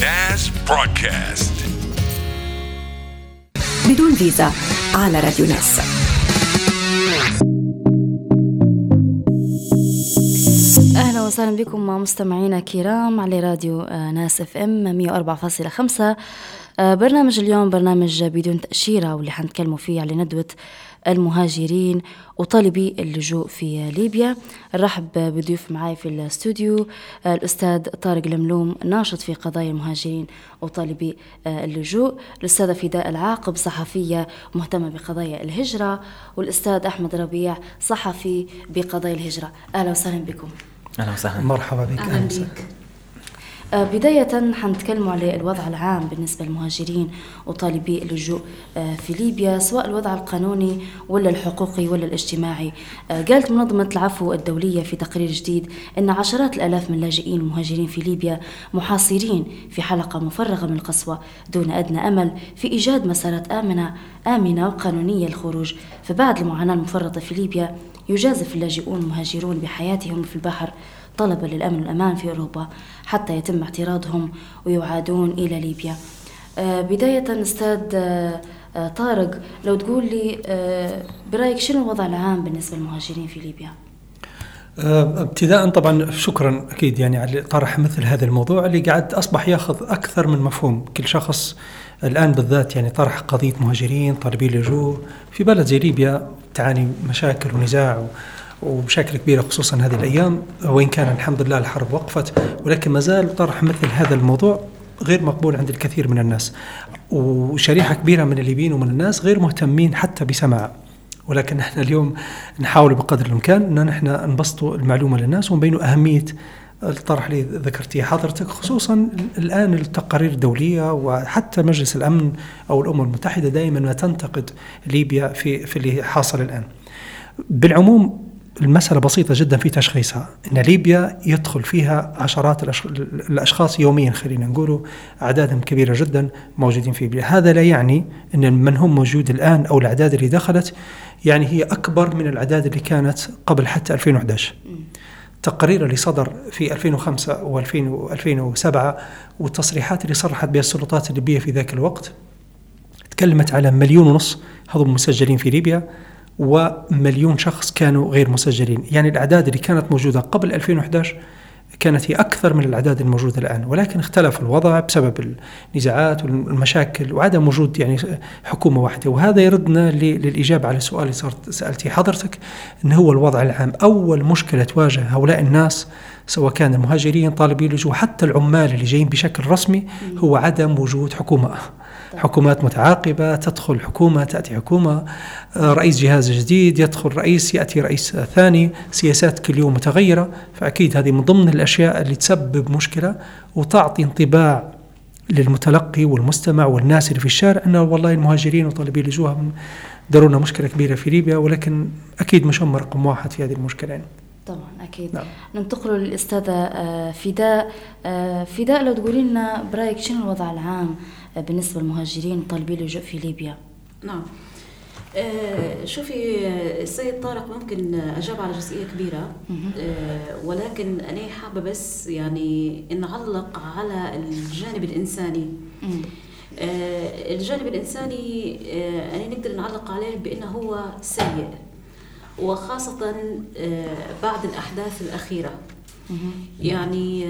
ناس برودكاست بدون فيزا على راديو ناس. أهلا وسهلا بكم مستمعينا كرام على راديو ناس اف ام 104.5. برنامج اليوم برنامج بدون تأشيرة، واللي حنتكلموا فيه على ندوة المهاجرين وطالبي اللجوء في ليبيا. نرحب بضيوف معي في الاستوديو الأستاذ طارق الملوم، ناشط في قضايا المهاجرين وطالبي اللجوء، الأستاذة فداء العاقب، صحفية مهتمة بقضايا الهجرة، والأستاذ أحمد ربيع، صحفي بقضايا الهجرة. أهلا وسهلا بكم. أهلا وسهلا. مرحبا بك. أهلا بك. بداية حنتكلموا على الوضع العام بالنسبة للمهاجرين وطالبي اللجوء في ليبيا، سواء الوضع القانوني ولا الحقوقي ولا الاجتماعي. قالت منظمة العفو الدولية في تقرير جديد أن عشرات الآلاف من اللاجئين المهاجرين في ليبيا محاصرين في حلقة مفرغة من القسوة دون أدنى أمل في إيجاد مسارات آمنة وقانونية للخروج. فبعد المعاناة المفرطة في ليبيا يجازف اللاجئون المهاجرون بحياتهم في البحر طلبا للأمن والأمان في أوروبا حتى يتم اعتراضهم ويعادون إلى ليبيا. بداية أستاذ طارق، لو تقول لي برأيك شنو الوضع العام بالنسبة للمهاجرين في ليبيا؟ ابتداء طبعا شكرا أكيد يعني على طرح مثل هذا الموضوع اللي قاعد أصبح يأخذ أكثر من مفهوم. كل شخص الآن بالذات يعني طرح قضية مهاجرين طالبي اللجوء في بلد زي ليبيا تعاني مشاكل ونزاع وبشكل كبير، خصوصا هذه الأيام، وإن كان الحمد لله الحرب وقفت، ولكن ما زال طرح مثل هذا الموضوع غير مقبول عند الكثير من الناس، وشريحة كبيرة من الليبيين ومن الناس غير مهتمين حتى بسماع. ولكن احنا اليوم نحاول بقدر الإمكان أن احنا نبسطوا المعلومة للناس ونبينوا أهمية الطرح اللي ذكرتيه حضرتك، خصوصا الآن التقارير الدولية وحتى مجلس الأمن أو الأمم المتحدة دائما ما تنتقد ليبيا في اللي حاصل الآن. بالعموم المسألة بسيطة جدا في تشخيصها، إن ليبيا يدخل فيها عشرات الأشخاص يوميا، خلينا نقولوا أعدادهم كبيرة جدا موجودين في ليبيا. هذا لا يعني أن من هم موجود الآن أو الأعداد اللي دخلت يعني هي أكبر من الأعداد اللي كانت قبل حتى 2011. التقرير اللي صدر في 2005 و2007 والتصريحات اللي صرحت بها السلطات الليبية في ذاك الوقت تكلمت على 1.5 مليون هذول مسجلين في ليبيا و1,000,000 شخص كانوا غير مسجلين. يعني الأعداد اللي كانت موجودة قبل 2011 كانت هي أكثر من الأعداد الموجودة الآن، ولكن اختلف الوضع بسبب النزاعات والمشاكل وعدم وجود يعني حكومة واحدة. وهذا يردنا للإجابة على السؤال اللي سألتي حضرتك، إن هو الوضع العام. أول مشكلة تواجه هؤلاء الناس سواء كان المهاجرين طالبي اللجوء حتى العمال اللي جايين بشكل رسمي هو عدم وجود حكومة. حكومات متعاقبة، تدخل حكومة تأتي حكومة، رئيس جهاز جديد يدخل رئيس يأتي رئيس ثاني، سياسات كل يوم متغيرة. فأكيد هذه من ضمن الأشياء اللي تسبب مشكلة وتعطي انطباع للمتلقي والمستمع والناس اللي في الشارع أنه والله المهاجرين وطالبي اللجوء درونا مشكلة كبيرة في ليبيا، ولكن أكيد مش هم رقم واحد في هذه المشكلة يعني. طبعا أكيد. نعم. ننتقل للأستاذة فداء. فداء، لو تقولي لنا برأيك شنو الوضع العام بالنسبة للمهاجرين وطالبي اللجوء في ليبيا؟ نعم. شوفي السيد طارق ممكن أجاب على جزئية كبيرة، ولكن أنا حابة بس يعني نعلق على الجانب الإنساني. الجانب الإنساني أنا نقدر نعلق عليه بأنه هو سيء، وخاصة بعد الأحداث الأخيرة. يعني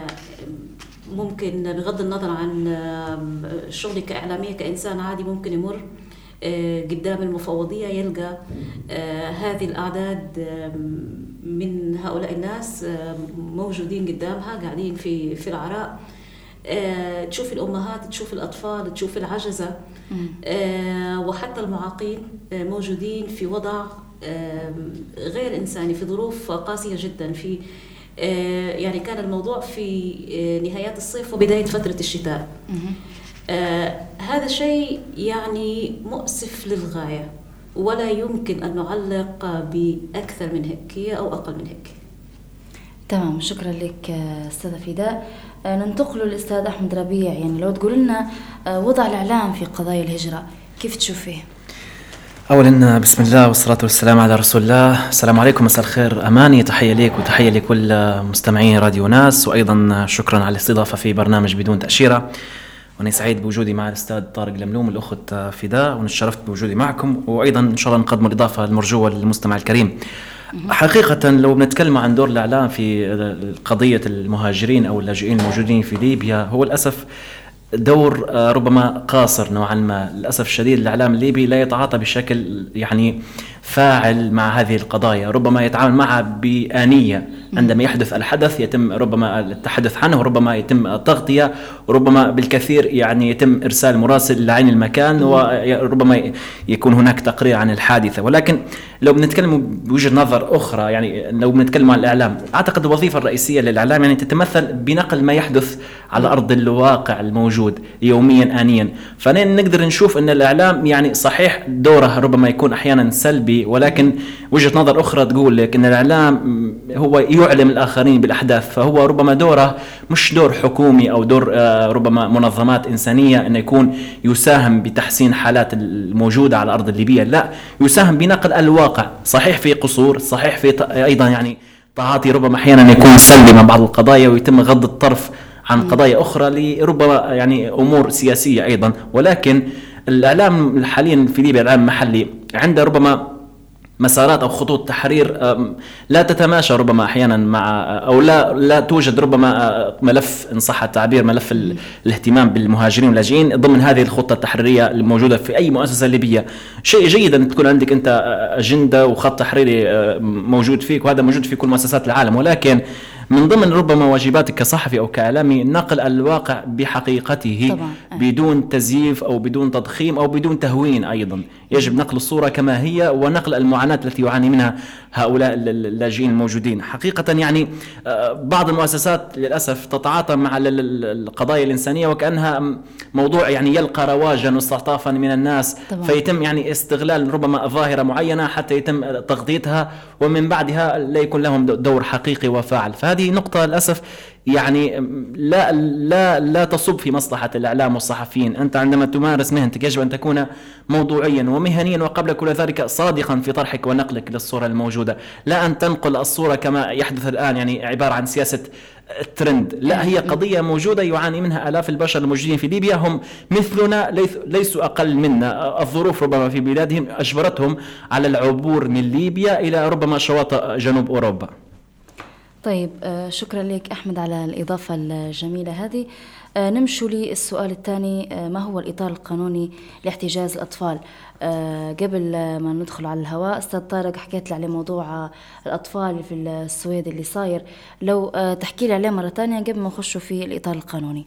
ممكن بغض النظر عن شغلي كإعلامية كإنسان عادي ممكن يمر قدام المفوضية يلقى هذه الأعداد من هؤلاء الناس موجودين قدامها قاعدين في العراء. تشوف الأمهات، تشوف الأطفال، تشوف العجزة، وحتى المعاقين موجودين في وضع غير إنساني، في ظروف قاسية جدا. في يعني كان الموضوع في نهايات الصيف وبداية فترة الشتاء. هذا شيء يعني مؤسف للغاية، ولا يمكن أن نعلق بأكثر من هيك أو أقل من هيك. تمام، شكرا لك أستاذة فداء. ننتقل للأستاذ أحمد ربيع. يعني لو تقول لنا وضع الإعلام في قضايا الهجرة كيف تشوفيه؟ أولا بسم الله والصلاة والسلام على رسول الله. السلام عليكم، مساء الخير أماني، تحية ليك وتحية لكل مستمعين راديو ناس، وأيضا شكرا على الاستضافة في برنامج بدون تأشيرة. وأنا سعيد بوجودي مع الأستاذ طارق لملوم الأخت فداء، ونشرفت بوجودي معكم، وأيضا إن شاء الله نقدم الإضافة المرجوة للمستمع الكريم. حقيقة لو بنتكلم عن دور الإعلام في قضية المهاجرين أو اللاجئين الموجودين في ليبيا، هو للأسف دور ربما قاصر نوعا ما. للأسف الشديد الإعلام الليبي لا يتعاطى بشكل يعني فاعل مع هذه القضايا، ربما يتعامل معها بآنية. عندما يحدث الحدث يتم ربما التحدث عنه، وربما يتم التغطية، وربما بالكثير يعني يتم إرسال مراسل لعين المكان، وربما يكون هناك تقرير عن الحادثة. ولكن لو بنتكلم بوجهة نظر أخرى، يعني لو بنتكلم عن الإعلام، أعتقد الوظيفة الرئيسية للإعلام يعني تتمثل بنقل ما يحدث على أرض الواقع الموجود يوميا آنيا. فنقدر نشوف أن الإعلام يعني صحيح دوره ربما يكون أحيانا سلبي، ولكن وجهة نظر أخرى تقول لك أن الإعلام هو يعلم الآخرين بالأحداث، فهو ربما دوره مش دور حكومي أو دور ربما منظمات إنسانية أن يكون يساهم بتحسين حالات الموجودة على أرض الليبية، لا، يساهم بنقل الواقع. صحيح في قصور، صحيح في أيضا يعني تعاطي ربما أحيانا يكون سلبي مع بعض القضايا، ويتم غض الطرف عن قضايا أخرى لربما يعني أمور سياسية أيضا. ولكن الإعلام حاليا في ليبيا، الإعلام المحلي، عنده ربما مسارات أو خطوط تحرير لا تتماشى ربما أحيانا مع، أو لا توجد ربما ملف إن صح التعبير، ملف الاهتمام بالمهاجرين واللاجئين ضمن هذه الخطة التحريرية الموجودة في أي مؤسسة ليبية. شيء جيد أن تكون عندك أنت أجندة وخط تحريري موجود فيك، وهذا موجود في كل مؤسسات العالم، ولكن من ضمن ربما واجباتك كصحفي أو كإعلامي نقل الواقع بحقيقته طبعا. بدون تزييف أو بدون تضخيم أو بدون تهوين. أيضا يجب نقل الصورة كما هي، ونقل المعاناة التي يعاني منها هؤلاء اللاجئين الموجودين. حقيقة يعني بعض المؤسسات للأسف تتعاطى مع القضايا الإنسانية وكأنها موضوع يعني يلقى رواجا واستعطافا من الناس طبعا. فيتم يعني استغلال ربما ظاهرة معينة حتى يتم تغطيتها، ومن بعدها لا يكون لهم دور حقيقي وفاعل. فهذه نقطة للأسف يعني لا تصب في مصلحة الإعلام والصحفيين. أنت عندما تمارس مهنتك يجب أن تكون موضوعيا ومهنيا، وقبل كل ذلك صادقا في طرحك ونقلك للصورة الموجودة، لا أن تنقل الصورة كما يحدث الآن، يعني عبارة عن سياسة الترند. لا، هي قضية موجودة يعاني منها آلاف البشر الموجودين في ليبيا، هم مثلنا، ليسوا أقل منا. الظروف ربما في بلادهم أجبرتهم على العبور من ليبيا إلى ربما شواطئ جنوب أوروبا. طيب، شكرا لك أحمد على الإضافة الجميلة هذه. نمشي للسؤال الثاني، ما هو الإطار القانوني لاحتجاز الأطفال؟ قبل ما ندخل على الهواء، أستاذ طارق حكيت لي على موضوع الأطفال في السويد اللي صاير، لو تحكي لي عليه مرة تانية قبل ما نخشوا في الإطار القانوني.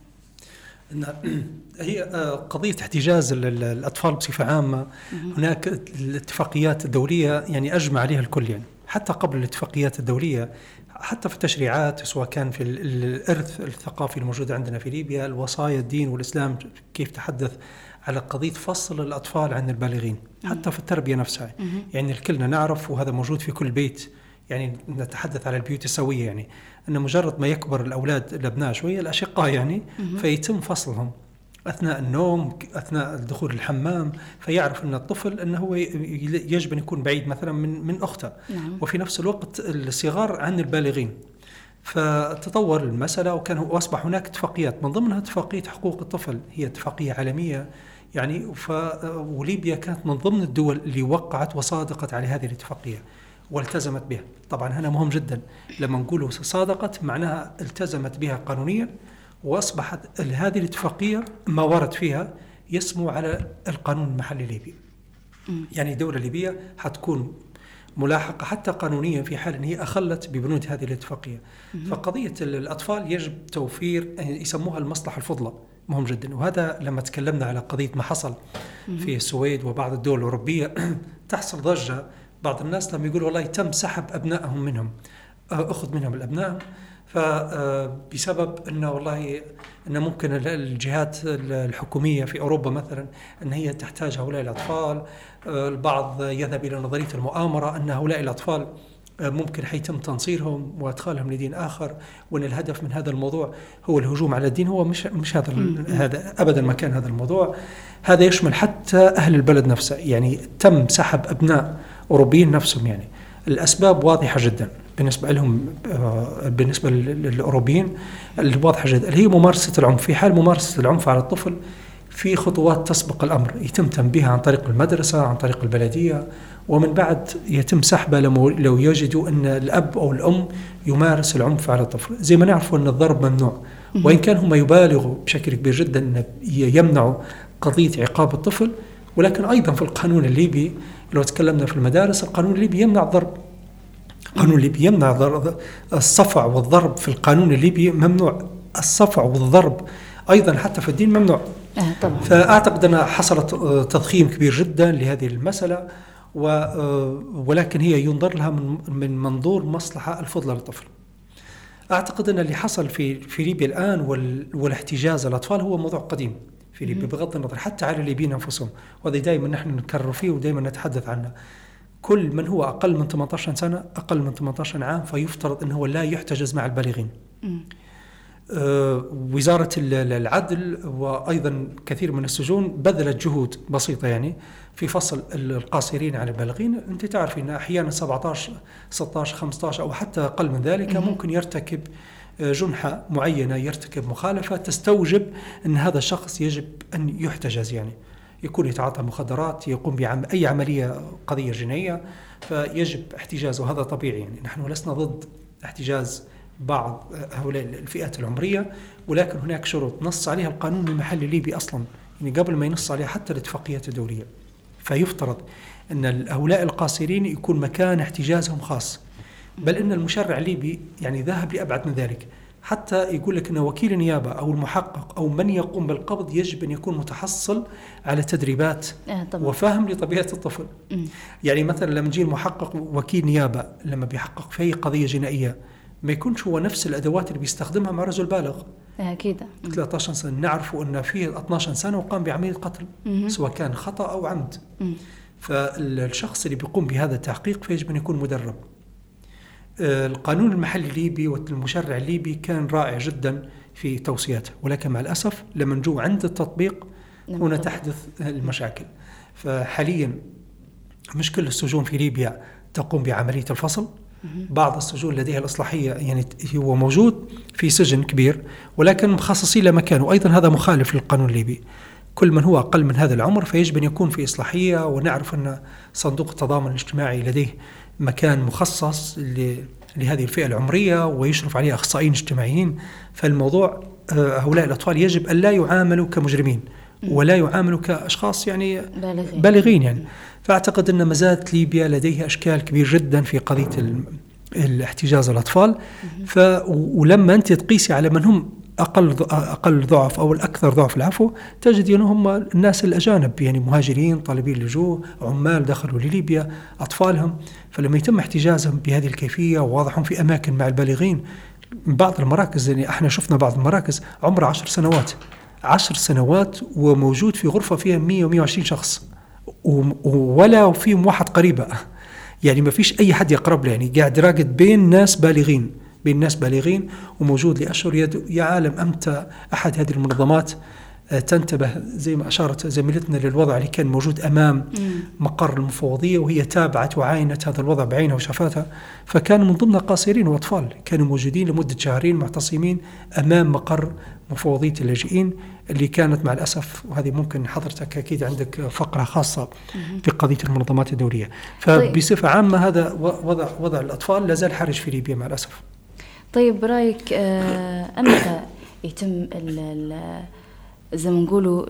هي قضية احتجاز الأطفال بصفة عامة، هناك الاتفاقيات الدولية يعني أجمع عليها الكل، يعني حتى قبل الاتفاقيات الدولية، حتى في التشريعات، سواء كان في الإرث الثقافي الموجود عندنا في ليبيا، الوصايا، الدين والإسلام كيف تحدث على قضية فصل الأطفال عن البالغين، حتى في التربية نفسها. يعني الكلنا نعرف، وهذا موجود في كل بيت، يعني نتحدث على البيوت السوية، يعني أن مجرد ما يكبر الأبناء شوية، الأشقاء يعني، فيتم فصلهم أثناء النوم، أثناء الدخول الحمام، فيعرف أن الطفل أنه هو يجب أن يكون بعيد مثلا من أخته. وفي نفس الوقت الصغار عن البالغين. فتطور المسألة وأصبح هناك اتفاقيات، من ضمنها اتفاقية حقوق الطفل، هي اتفاقية عالمية يعني، وليبيا كانت من ضمن الدول اللي وقعت وصادقت على هذه الاتفاقية والتزمت بها. طبعا هنا مهم جدا، لما نقوله صادقت معناها التزمت بها قانونيا، وأصبحت هذه الاتفاقية ما ورد فيها يسمو على القانون المحلي الليبي. يعني الدولة الليبية حتكون ملاحقة حتى قانونيا في حال أن هي أخلت ببنود هذه الاتفاقية. فقضية الأطفال يجب توفير، يسموها المصلحة الفضلى، مهم جدا. وهذا لما تكلمنا على قضية ما حصل في السويد وبعض الدول الأوروبية، تحصل ضجة بعض الناس لما يقول والله تم سحب أبنائهم منهم، أخذ منهم الأبناء، فبسبب أنه والله أن ممكن الجهات الحكومية في أوروبا مثلا أن هي تحتاج هؤلاء الأطفال. البعض يذهب إلى نظرية المؤامرة، أن هؤلاء الأطفال ممكن حيتم تنصيرهم وادخالهم لدين اخر، وان الهدف من هذا الموضوع هو الهجوم على الدين. هو مش هذا ابدا ما كان هذا الموضوع. هذا يشمل حتى اهل البلد نفسه، يعني تم سحب ابناء اوروبيين نفسهم. يعني الاسباب واضحه جدا بالنسبه لهم، بالنسبه للاوروبيين الواضحه جدا، اللي هي ممارسه العنف. في حال ممارسه العنف على الطفل في خطوات تسبق الامر، يتم تنبيهه عن طريق المدرسه، عن طريق البلديه، ومن بعد يتم سحبه لو يجدوا أن الأب أو الأم يمارس العنف على الطفل. زي ما نعرف أن الضرب ممنوع، وإن كان هم يبالغوا بشكل كبير جدا أن يمنعوا قضية عقاب الطفل، ولكن أيضا في القانون الليبي لو تكلمنا في المدارس، القانون الليبي يمنع الضرب. القانون الليبي يمنع الصفع والضرب. في القانون الليبي ممنوع الصفع والضرب، أيضا حتى في الدين ممنوع. طبعا. فأعتقد أن حصلت تضخيم كبير جدا لهذه المسألة، ولكن هي ينظر لها من منظور مصلحة الفضل للطفل. أعتقد أن اللي حصل في ليبيا الآن والاحتجاز الأطفال هو موضوع قديم في ليبيا بغض النظر حتى على الليبيين أنفسهم، وهذا دائما نحن نكرر فيه ودائما نتحدث عنه. كل من هو أقل من 18 سنة، أقل من 18 عام، فيفترض أنه لا يحتجز مع البالغين. وزارة العدل وأيضا كثير من السجون بذلت جهود بسيطة يعني في فصل القاصرين عن البالغين. أنت تعرف أن أحيانا 17 16 15 أو حتى أقل من ذلك ممكن يرتكب جنحة معينة، يرتكب مخالفة تستوجب أن هذا الشخص يجب أن يحتجز، يعني يكون يتعاطى مخدرات، يقوم بأي عملية قضية جنائية، فيجب احتجازه. وهذا طبيعي، يعني نحن لسنا ضد احتجاز بعض هؤلاء الفئات العمرية، ولكن هناك شروط نص عليها القانون المحلي الليبي أصلا، يعني قبل ما ينص عليها حتى الاتفاقيات الدولية. فيفترض أن هؤلاء القاصرين يكون مكان احتجازهم خاص، بل أن المشرع الليبي يعني ذهب لأبعد من ذلك، حتى يقول لك أن وكيل النيابة أو المحقق أو من يقوم بالقبض يجب أن يكون متحصل على تدريبات وفهم لطبيعة الطفل. يعني مثلا لما يجي المحقق وكيل نيابة لما بيحقق في أي قضية جنائية ما يكونش هو نفس الأدوات اللي بيستخدمها مع رجل بالغ. أكيد 13 سنة نعرف أن فيه 12 سنة وقام بعملية قتل سواء كان خطأ أو عمد. فالشخص اللي بيقوم بهذا التحقيق فيجب أن يكون مدرب. القانون المحلي الليبي والمشرع الليبي كان رائع جدا في توصياته، ولكن مع الأسف لما نجو عند التطبيق هنا تحدث المشاكل. فحاليا مش كل السجون في ليبيا تقوم بعملية الفصل. بعض السجون لديها الإصلاحية، يعني هو موجود في سجن كبير ولكن مخصصين لمكان، وأيضا هذا مخالف للقانون الليبي. كل من هو أقل من هذا العمر فيجب أن يكون في إصلاحية، ونعرف أن صندوق التضامن الاجتماعي لديه مكان مخصص لهذه الفئة العمرية ويشرف عليها أخصائيين اجتماعيين. فالموضوع هؤلاء الأطفال يجب أن لا يعاملوا كمجرمين ولا يعاملوا كأشخاص يعني بالغين يعني. فأعتقد أن ما زالت ليبيا لديها أشكال كبير جدا في قضية الاحتجاز الأطفال. ولما أنت تقيسي على من هم أقل ضعف أو الأكثر ضعف العفو، تجد أنهم الناس الأجانب، يعني مهاجرين، طالبين لجوء، عمال دخلوا لليبيا، أطفالهم. فلما يتم احتجازهم بهذه الكيفية وواضحهم في أماكن مع البالغين، بعض المراكز يعني احنا شفنا بعض المراكز عمرها 10 سنوات وموجود في غرفة فيها 100 و120 شخص ولا فيهم واحد قريبة، يعني ما فيش أي حد يقرب له، يعني قاعد راقد بين ناس بالغين وموجود لأشهر. يا عالم أمتى أحد هذه المنظمات تنتبه زي ما أشارت زميلتنا للوضع اللي كان موجود أمام مقر المفوضية، وهي تابعت وعاينت هذا الوضع بعينها وشافتها. فكانوا من ضمن قاصرين وأطفال كانوا موجودين لمدة شهرين معتصمين أمام مقر مفوضية اللاجئين اللي كانت مع الأسف، وهذه ممكن حضرتك أكيد عندك فقرة خاصة بقضية المنظمات الدولية. فبصفة عامة هذا وضع الأطفال لازال حرج في ليبيا مع الأسف. طيب برأيك أمتى يتم زي ما نقولوا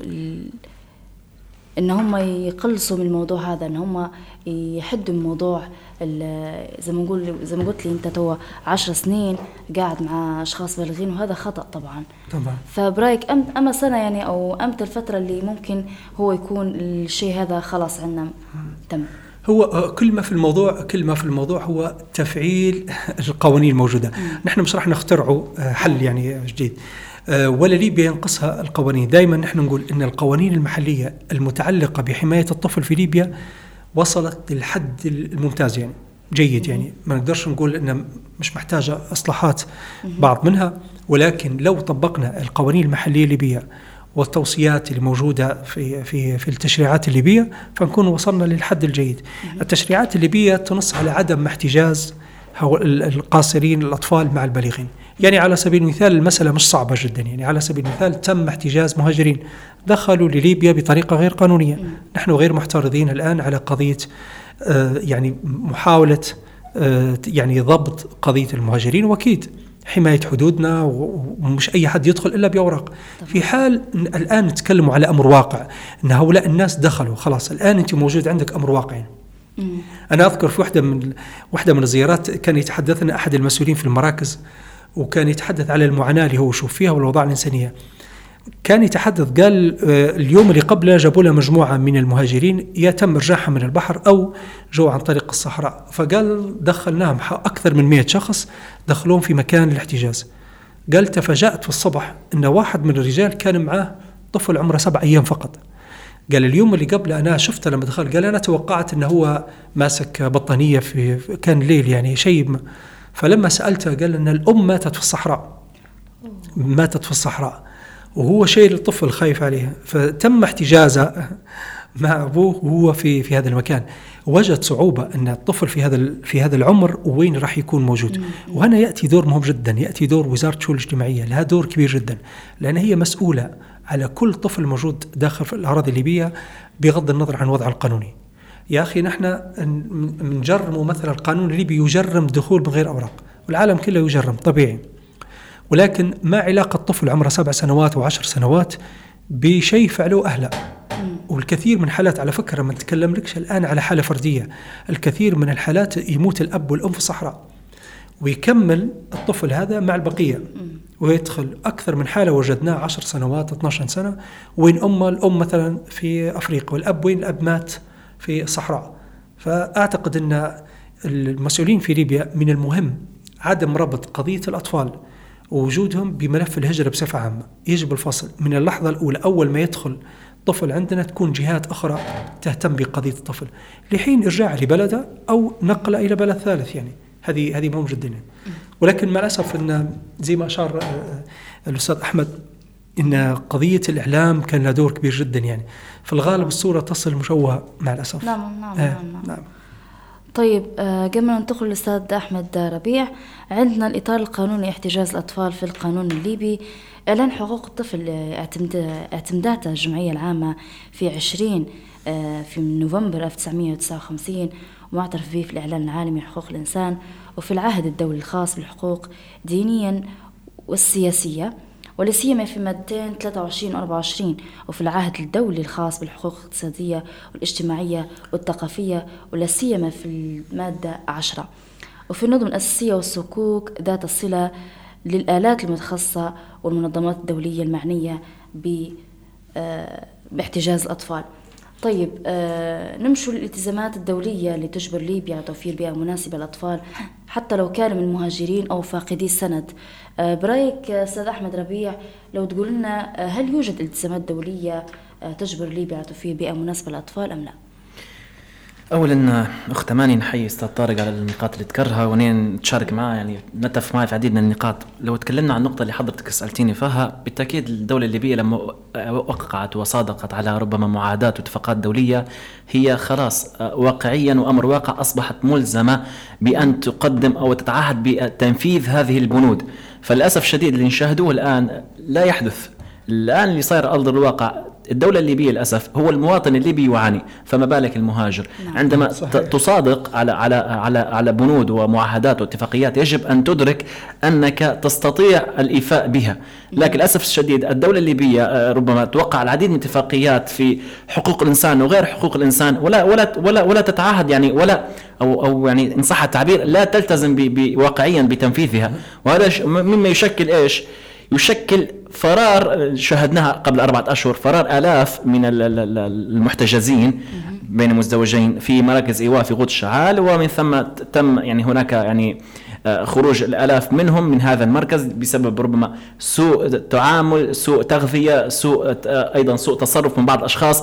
إن هم يقلصوا من الموضوع هذا، إن هم يحدوا الموضوع زي ما قلت لي أنت تو 10 سنين قاعد مع أشخاص بالغين، وهذا خطأ طبعا. فبرأيك أما سنة يعني أو أمتى الفترة اللي ممكن هو يكون الشيء هذا خلاص عندنا تم؟ هو كل ما في الموضوع هو تفعيل القوانين الموجودة. نحن مش راح نخترعوا حل يعني جديد، ولا ليبيا ينقصها القوانين. دائما نحن نقول إن القوانين المحلية المتعلقة بحماية الطفل في ليبيا وصلت للحد الممتاز، يعني جيد، يعني ما نقدرش نقول إنه مش محتاجة إصلاحات بعض منها، ولكن لو طبقنا القوانين المحلية الليبية والتوصيات اللي موجودة في التشريعات الليبية فنكون وصلنا للحد الجيد. التشريعات الليبية تنص على عدم احتجاز القاصرين الأطفال مع البالغين. يعني على سبيل المثال المسألة مش صعبة جدا، يعني على سبيل المثال تم احتجاز مهاجرين دخلوا لليبيا بطريقة غير قانونية. نحن غير محترضين الآن على قضية يعني محاولة يعني ضبط قضية المهاجرين، وأكيد حماية حدودنا ومش أي حد يدخل إلا بأوراق. في حال الآن نتكلم على أمر واقع أن هؤلاء الناس دخلوا خلاص، الآن أنت موجود عندك أمر واقعي. أنا أذكر في واحدة من الزيارات كان يتحدثنا أحد المسؤولين في المراكز، وكان يتحدث على المعاناة اللي هو شوف فيها والوضع الإنسانية. كان يتحدث قال اليوم اللي قبله جابوا له مجموعة من المهاجرين يتم إرجاعهم من البحر أو جو عن طريق الصحراء، فقال دخلناهم أكثر من 100 شخص دخلوهم في مكان الاحتجاز. قال تفاجأت في الصبح أن واحد من الرجال كان معاه طفل عمره 7 أيام فقط. قال اليوم اللي قبله أنا شفته لما دخل، قال أنا توقعت أنه هو ماسك بطانية كان ليل يعني شيء، فلما سألته قال أن الأم ماتت في الصحراء وهو شيء الطفل خايف عليه، فتم احتجازه مع أبوه وهو في هذا المكان. وجد صعوبة أن الطفل في هذا العمر وين راح يكون موجود. وهنا يأتي دور مهم جدا، يأتي دور وزارة الشؤون الاجتماعية، لها دور كبير جدا، لأن هي مسؤولة على كل طفل موجود داخل في الأراضي الليبية بغض النظر عن وضعه القانوني. يا أخي نحن نجرم مثلا القانون الليبي يجرم دخول بغير أوراق، والعالم كله يجرم طبيعي، ولكن ما علاقة طفل عمره 7 سنوات و10 سنوات بشيء فعلوه أهله. والكثير من حالات على فكرة ما نتكلم لكش الآن على حالة فردية، الكثير من الحالات يموت الأب والأم في الصحراء ويكمل الطفل هذا مع البقية، ويدخل أكثر من حالة وجدناه 10 سنوات 12 سنة وين الأم مثلا في أفريقيا والأب وين الأب مات في الصحراء. فأعتقد أن المسؤولين في ليبيا من المهم عدم ربط قضية الأطفال ووجودهم بملف الهجرة بصفة عامة. يجب الفصل من اللحظة الأولى، أول ما يدخل طفل عندنا تكون جهات أخرى تهتم بقضية الطفل لحين إرجاعه لبلده أو نقله إلى بلد ثالث. يعني هذه مهم جدا. ولكن مع الأسف أن زي ما أشار الأستاذ أحمد إن قضية الإعلام كان له دور كبير جدا، يعني في الغالب الصورة تصل مشوهة مع الأسف. نعم. طيب قبل ما ننتقل للأستاذ أحمد ربيع، عندنا الإطار القانوني احتجاز الأطفال في القانون الليبي. إعلان حقوق الطفل اعتمدتها الجمعية العامة في 20 في نوفمبر 1959 ومعترف به في الإعلان العالمي لحقوق الإنسان وفي العهد الدولي الخاص بالحقوق دينيا والسياسية، ولا سيما في مادتين 23 و 24، وفي العهد الدولي الخاص بالحقوق الاقتصادية والاجتماعية والثقافية، ولا سيما في المادة 10، وفي النظم الأساسية والصكوك ذات الصلة للآلات المتخصصة والمنظمات الدولية المعنية باحتجاز الأطفال. طيب نمشوا للالتزامات الدولية اللي تجبر ليبيا على توفير بيئة مناسبة للأطفال حتى لو كانوا من مهاجرين أو فاقدي السند. برأيك أستاذ أحمد ربيع لو تقول لنا هل يوجد التزامات دولية تجبر ليبيا على توفير بيئة مناسبة للأطفال أم لا؟ أولا أخت أماني نحيي أستاذ طارق على النقاط اللي ذكرها ونين تشارك معاه، يعني نتفق معي في عديد من النقاط. لو تكلمنا عن النقطة اللي حضرتك سألتيني فيها، بالتأكيد الدولة الليبية لما وقعت وصادقت على ربما معاهدات واتفاقات دولية هي خلاص واقعيا وأمر واقع أصبحت ملزمة بأن تقدم أو تتعهد بتنفيذ هذه البنود. فللأسف الشديد اللي نشاهدوه الآن لا يحدث. الآن اللي صاير أرض الواقع الدولة الليبية للأسف هو المواطن الليبي يعاني، فما بالك المهاجر. عندما تصادق على بنود ومعاهدات واتفاقيات يجب أن تدرك أنك تستطيع الإيفاء بها. لكن للأسف الشديد الدولة الليبية ربما توقع العديد من اتفاقيات في حقوق الإنسان وغير حقوق الإنسان ولا تتعهد يعني ولا أو يعني إن صح التعبير لا تلتزم واقعيا بتنفيذها. وهذا مما يشكل إيش؟ يشكل فرار شاهدناها قبل 4 أشهر، فرار آلاف من المحتجزين بين مزدوجين في مراكز إيواء في غوط الشعال، ومن ثم تم يعني هناك يعني خروج الآلاف منهم من هذا المركز بسبب ربما سوء تعامل، سوء تغذية، أيضا سوء تصرف من بعض الأشخاص.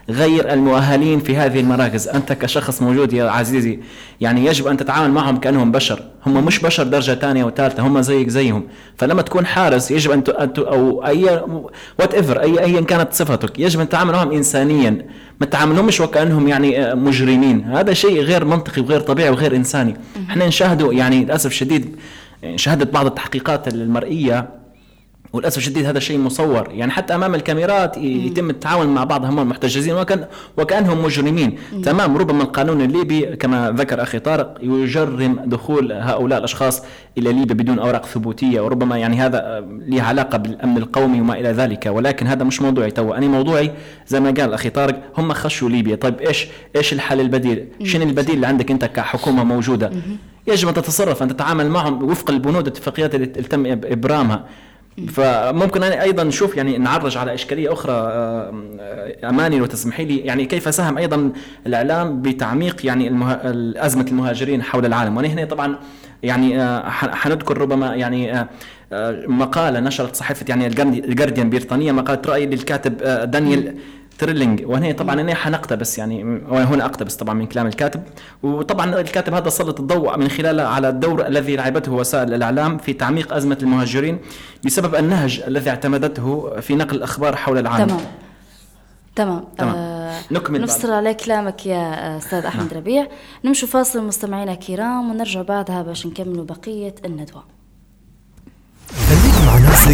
غير المؤهلين في هذه المراكز. أنت كشخص موجود يا عزيزي يعني يجب أن تتعامل معهم كأنهم بشر، هم مش بشر درجة تانية وثالثة، هم زيك زيهم. فلما تكون حارس يجب أن أو أي whatever أي كانت صفتك يجب أن تتعامل معهم إنسانيا، ما تتعاملهمش وكأنهم يعني مجرمين. هذا شيء غير منطقي وغير طبيعي وغير إنساني. احنا نشاهده يعني للأسف شديد، شهدت بعض التحقيقات المرئية وللأسف الشديد هذا شيء مصور، يعني حتى أمام الكاميرات يتم التعامل مع بعض هم المحتجزين وكأنهم مجرمين. تمام، ربما القانون الليبي كما ذكر أخي طارق يجرم دخول هؤلاء الأشخاص إلى ليبيا بدون أوراق ثبوتية، وربما يعني هذا له علاقة بالأمن القومي وما إلى ذلك، ولكن هذا مش موضوعي تو. أنا موضوعي زي ما قال أخي طارق، هم خشوا ليبيا. طيب إيش الحل البديل؟ شنو البديل اللي عندك أنت كحكومة موجودة؟ يجب أن تتصرف، أن تتعامل معهم وفق البنود والاتفاقيات اللي تم إبرامها. فممكن أنا أيضا نشوف يعني نعرج على إشكالية أخرى أماني وتسمحي لي، يعني كيف ساهم أيضا الإعلام بتعميق يعني أزمة المهاجرين حول العالم. وأنا هنا طبعا يعني حنذكر ربما يعني مقالة نشرت صحيفة يعني الجارديان البريطانية، مقالة رأي للكاتب دانيال تريلينج. وهنا طبعا أنا حنقتبس يعني هنا أقتبس طبعا من كلام الكاتب. وطبعا الكاتب هذا سلط الضوء من خلاله على الدور الذي لعبته وسائل الإعلام في تعميق أزمة المهاجرين بسبب النهج الذي اعتمدته في نقل الأخبار حول العالم. تمام. نكمل نفسر على كلامك يا أستاذ أحمد ربيع. نمشي فاصل مستمعينا الكرام ونرجع بعدها باش نكملوا بقية الندوة. خليك مع نفسك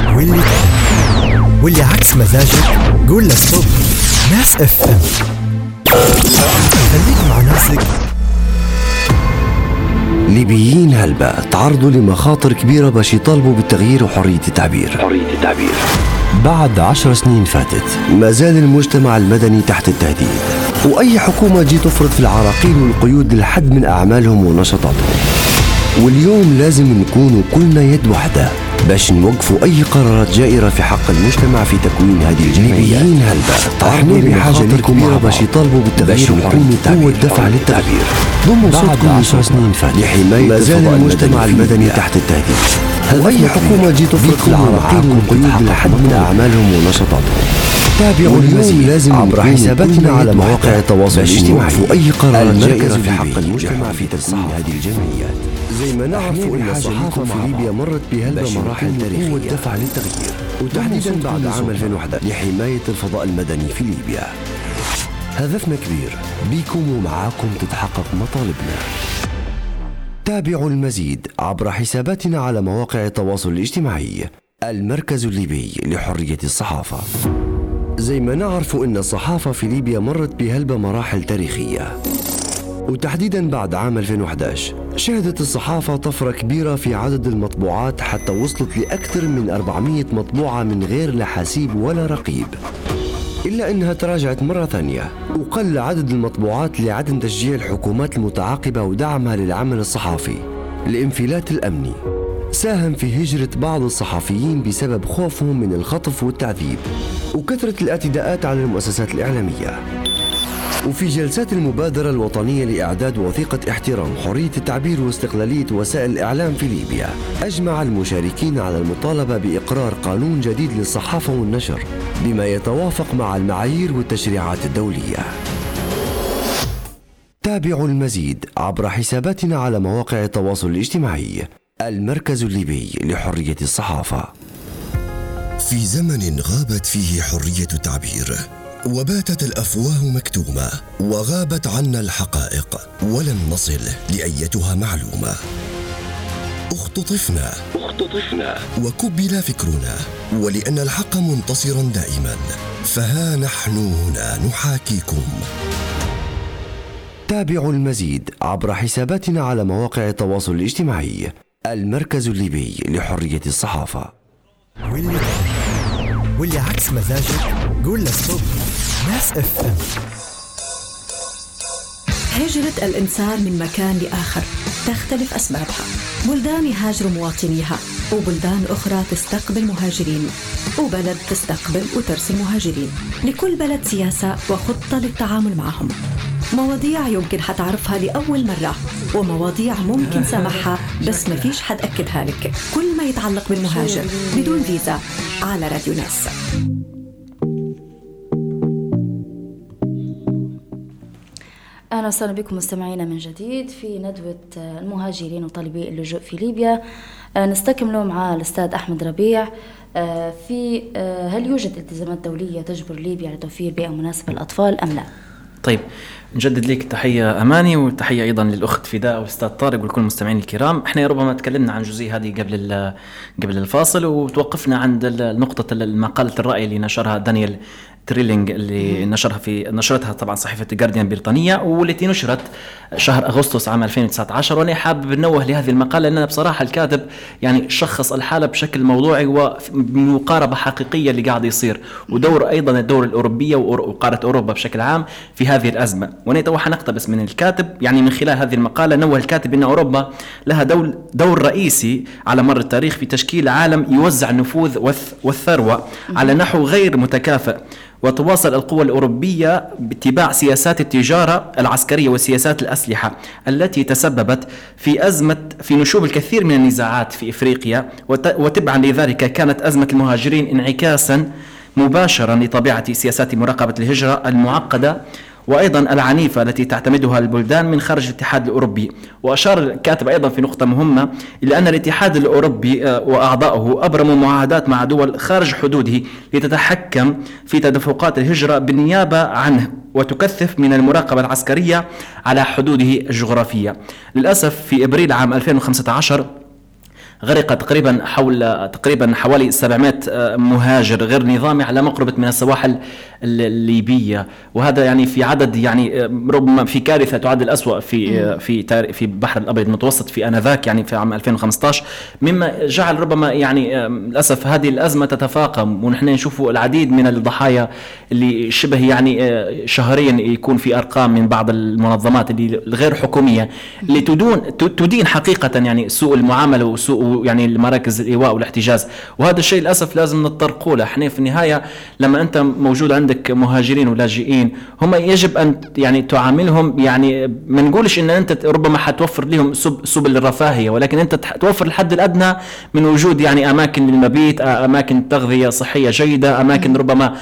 واللي عكس مزاجك قول له ستوب. ناس اف ام. خليك مع نفسك. ليبيين هلبة تعرضوا لمخاطر كبيرة باش يطالبوا بالتغيير وحرية التعبير. بعد 10 سنين فاتت ما زال المجتمع المدني تحت التهديد، وأي حكومة تجي تفرض في العراقيل والقيود للحد من أعمالهم ونشاطاتهم. واليوم لازم نكونوا كلنا يد واحدة باش نوقفوا أي قرارات جائرة في حق المجتمع في تكوين هذه الجمعيات. ليبيين هلبة تعرضوا بحاجة كبيرة باش يطالبوا بالتغيير وحرية قوة دفع للتغيير. ضموا صوتكم 10 سنين فاتت لحماية الفضاء المجتمع المدني تحت التهديد، وأي حكومة تجي تفرض في العراقيل والقيود للحد من أعمالهم ونشاطاتهم. تابعوا المزيد لازم عبر حساباتنا على مواقع التواصل الاجتماعي وأي قرارات جائرة في حق المجتمع في تكوين هذه الجمعيات. زي ما نعرف أن الصحافة في ليبيا مرت بهلبة مراحل تاريخية والدفع للتغيير، وتحديدا بعد عام 2011 لحماية الفضاء المدني في ليبيا. هدفنا كبير، بيكم ومعاكم تتحقق مطالبنا. تابعوا المزيد عبر حساباتنا على مواقع التواصل الاجتماعي. المركز الليبي لحرية الصحافة. زي ما نعرف أن الصحافة في ليبيا مرت بهلبة مراحل تاريخية، وتحديدا بعد عام 2011 شهدت الصحافة طفرة كبيرة في عدد المطبوعات حتى وصلت لأكثر من 400 مطبوعة من غير لا حسيب ولا رقيب. إلا أنها تراجعت مرة ثانية وقل عدد المطبوعات لعدم تشجيع الحكومات المتعاقبة ودعمها للعمل الصحافي. الانفلات الأمني ساهم في هجرة بعض الصحفيين بسبب خوفهم من الخطف والتعذيب وكثرة الاعتداءات على المؤسسات الإعلامية. وفي جلسات المبادرة الوطنية لإعداد وثيقة احترام حرية التعبير واستقلالية وسائل الإعلام في ليبيا، أجمع المشاركين على المطالبة بإقرار قانون جديد للصحافة والنشر بما يتوافق مع المعايير والتشريعات الدولية. تابعوا المزيد عبر حساباتنا على مواقع التواصل الاجتماعي. المركز الليبي لحرية الصحافة. في زمن غابت فيه حرية التعبير وباتت الأفواه مكتومة وغابت عنا الحقائق ولم نصل لأيتها معلومة. اختطفنا وكبل فكرنا، ولأن الحق منتصرا دائما فها نحن هنا نحاكيكم. تابعوا المزيد عبر حساباتنا على مواقع التواصل الاجتماعي. المركز الليبي لحرية الصحافة. واللي عكس مزاجك قول له ستوب. ناس اف ام. هجرة الإنسان من مكان لآخر تختلف أسبابها. بلدان يهاجروا مواطنيها، وبلدان أخرى تستقبل مهاجرين، وبلد تستقبل وترسل مهاجرين. لكل بلد سياسة وخطة للتعامل معهم. مواضيع يمكن حتعرفها لأول مرة، ومواضيع ممكن سمعها بس ما فيش حد أكدها لك. كل ما يتعلق بالمهاجر بدون فيزا على راديو ناس. أهلا وسهلا بكم مستمعينا من جديد في ندوة المهاجرين وطالبي اللجوء في ليبيا. نستكمل مع الأستاذ أحمد ربيع في هل يوجد التزامات دولية تجبر ليبيا على توفير بيئة مناسبة للأطفال أم لا؟ طيب، نجدد لك تحية أماني وتحية أيضا للأخت فداء والأستاذ طارق ولكل المستمعين الكرام. احنا ربما تكلمنا عن جزئية هذه قبل الفاصل، وتوقفنا عند نقطة المقالة الرأي اللي نشرها دانيال تريلينج اللي نشرتها طبعا صحيفة جارديان البريطانية، والتي نشرت شهر أغسطس عام 2019. وأنا حابب ننوه لهذه المقالة لأن بصراحة الكاتب يعني شخص الحالة بشكل موضوعي ومقاربة حقيقية اللي قاعد يصير، ودور أيضا الدولة الأوروبية وقارة أوروبا بشكل عام في هذه الأزمة. وأنا توحى نقتبس من الكاتب، يعني من خلال هذه المقالة نوه الكاتب أن أوروبا لها دور رئيسي على مر التاريخ في تشكيل عالم يوزع النفوذ والثروة على نحو غير متكافئ، وتواصل القوى الأوروبية باتباع سياسات التجارة العسكرية وسياسات الأسلحة التي تسببت في نشوب الكثير من النزاعات في إفريقيا. وتبعا لذلك كانت أزمة المهاجرين انعكاسا مباشرا لطبيعة سياسات مراقبة الهجرة المعقدة وأيضا العنيفة التي تعتمدها البلدان من خارج الاتحاد الأوروبي. وأشار الكاتب أيضا في نقطة مهمة إلى أن الاتحاد الأوروبي وأعضاؤه أبرموا معاهدات مع دول خارج حدوده لتتحكم في تدفقات الهجرة بالنيابة عنه وتكثف من المراقبة العسكرية على حدوده الجغرافية. للأسف في إبريل عام 2015 غرق تقريبا حوالي 700 مهاجر غير نظامي على مقربة من السواحل الليبية، وهذا يعني في عدد يعني ربما في كارثة تعد الأسوأ في بحر الأبيض المتوسط في آنذاك يعني في عام 2015، مما جعل ربما يعني للأسف هذه الأزمة تتفاقم، ونحن نشوف العديد من الضحايا اللي شبه يعني شهريا يكون في أرقام من بعض المنظمات اللي الغير حكومية اللي تدين حقيقة يعني سوء المعاملة وسوء يعني المراكز الإيواء والاحتجاز. وهذا الشيء للأسف لازم نتطرقوا له. احنا في النهاية لما أنت موجود عندك مهاجرين ولاجئين هم يجب أن يعني تعاملهم، يعني ما نقولش إن أنت ربما حتوفر لهم سبل الرفاهية، ولكن أنت توفر الحد الأدنى من وجود يعني أماكن للمبيت، أماكن تغذية صحية جيدة، أماكن ربما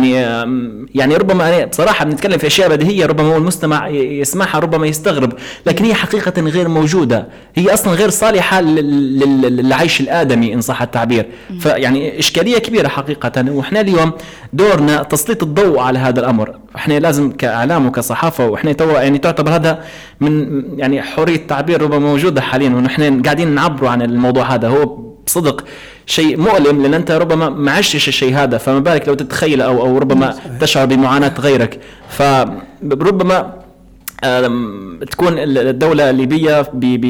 يعني ربما بصراحة بنتكلم في أشياء بديهية ربما هو المستمع يسمعها ربما يستغرب، لكن هي حقيقة غير موجودة، هي أصلا غير صالحة للعيش الآدمي إن صح التعبير. فيعني إشكالية كبيرة حقيقة، وإحنا اليوم دورنا تسليط الضوء على هذا الأمر. إحنا لازم كإعلام وكصحافة، وإحنا يعني تعتبر هذا من يعني حرية التعبير ربما موجودة حاليا، ونحن قاعدين نعبروا عن الموضوع هذا. هو بصدق شيء مؤلم لأن أنت ربما ما عشتش الشيء هذا، فما بالك لو تتخيل أو ربما تشعر بمعاناة غيرك. فربما تكون الدولة الليبية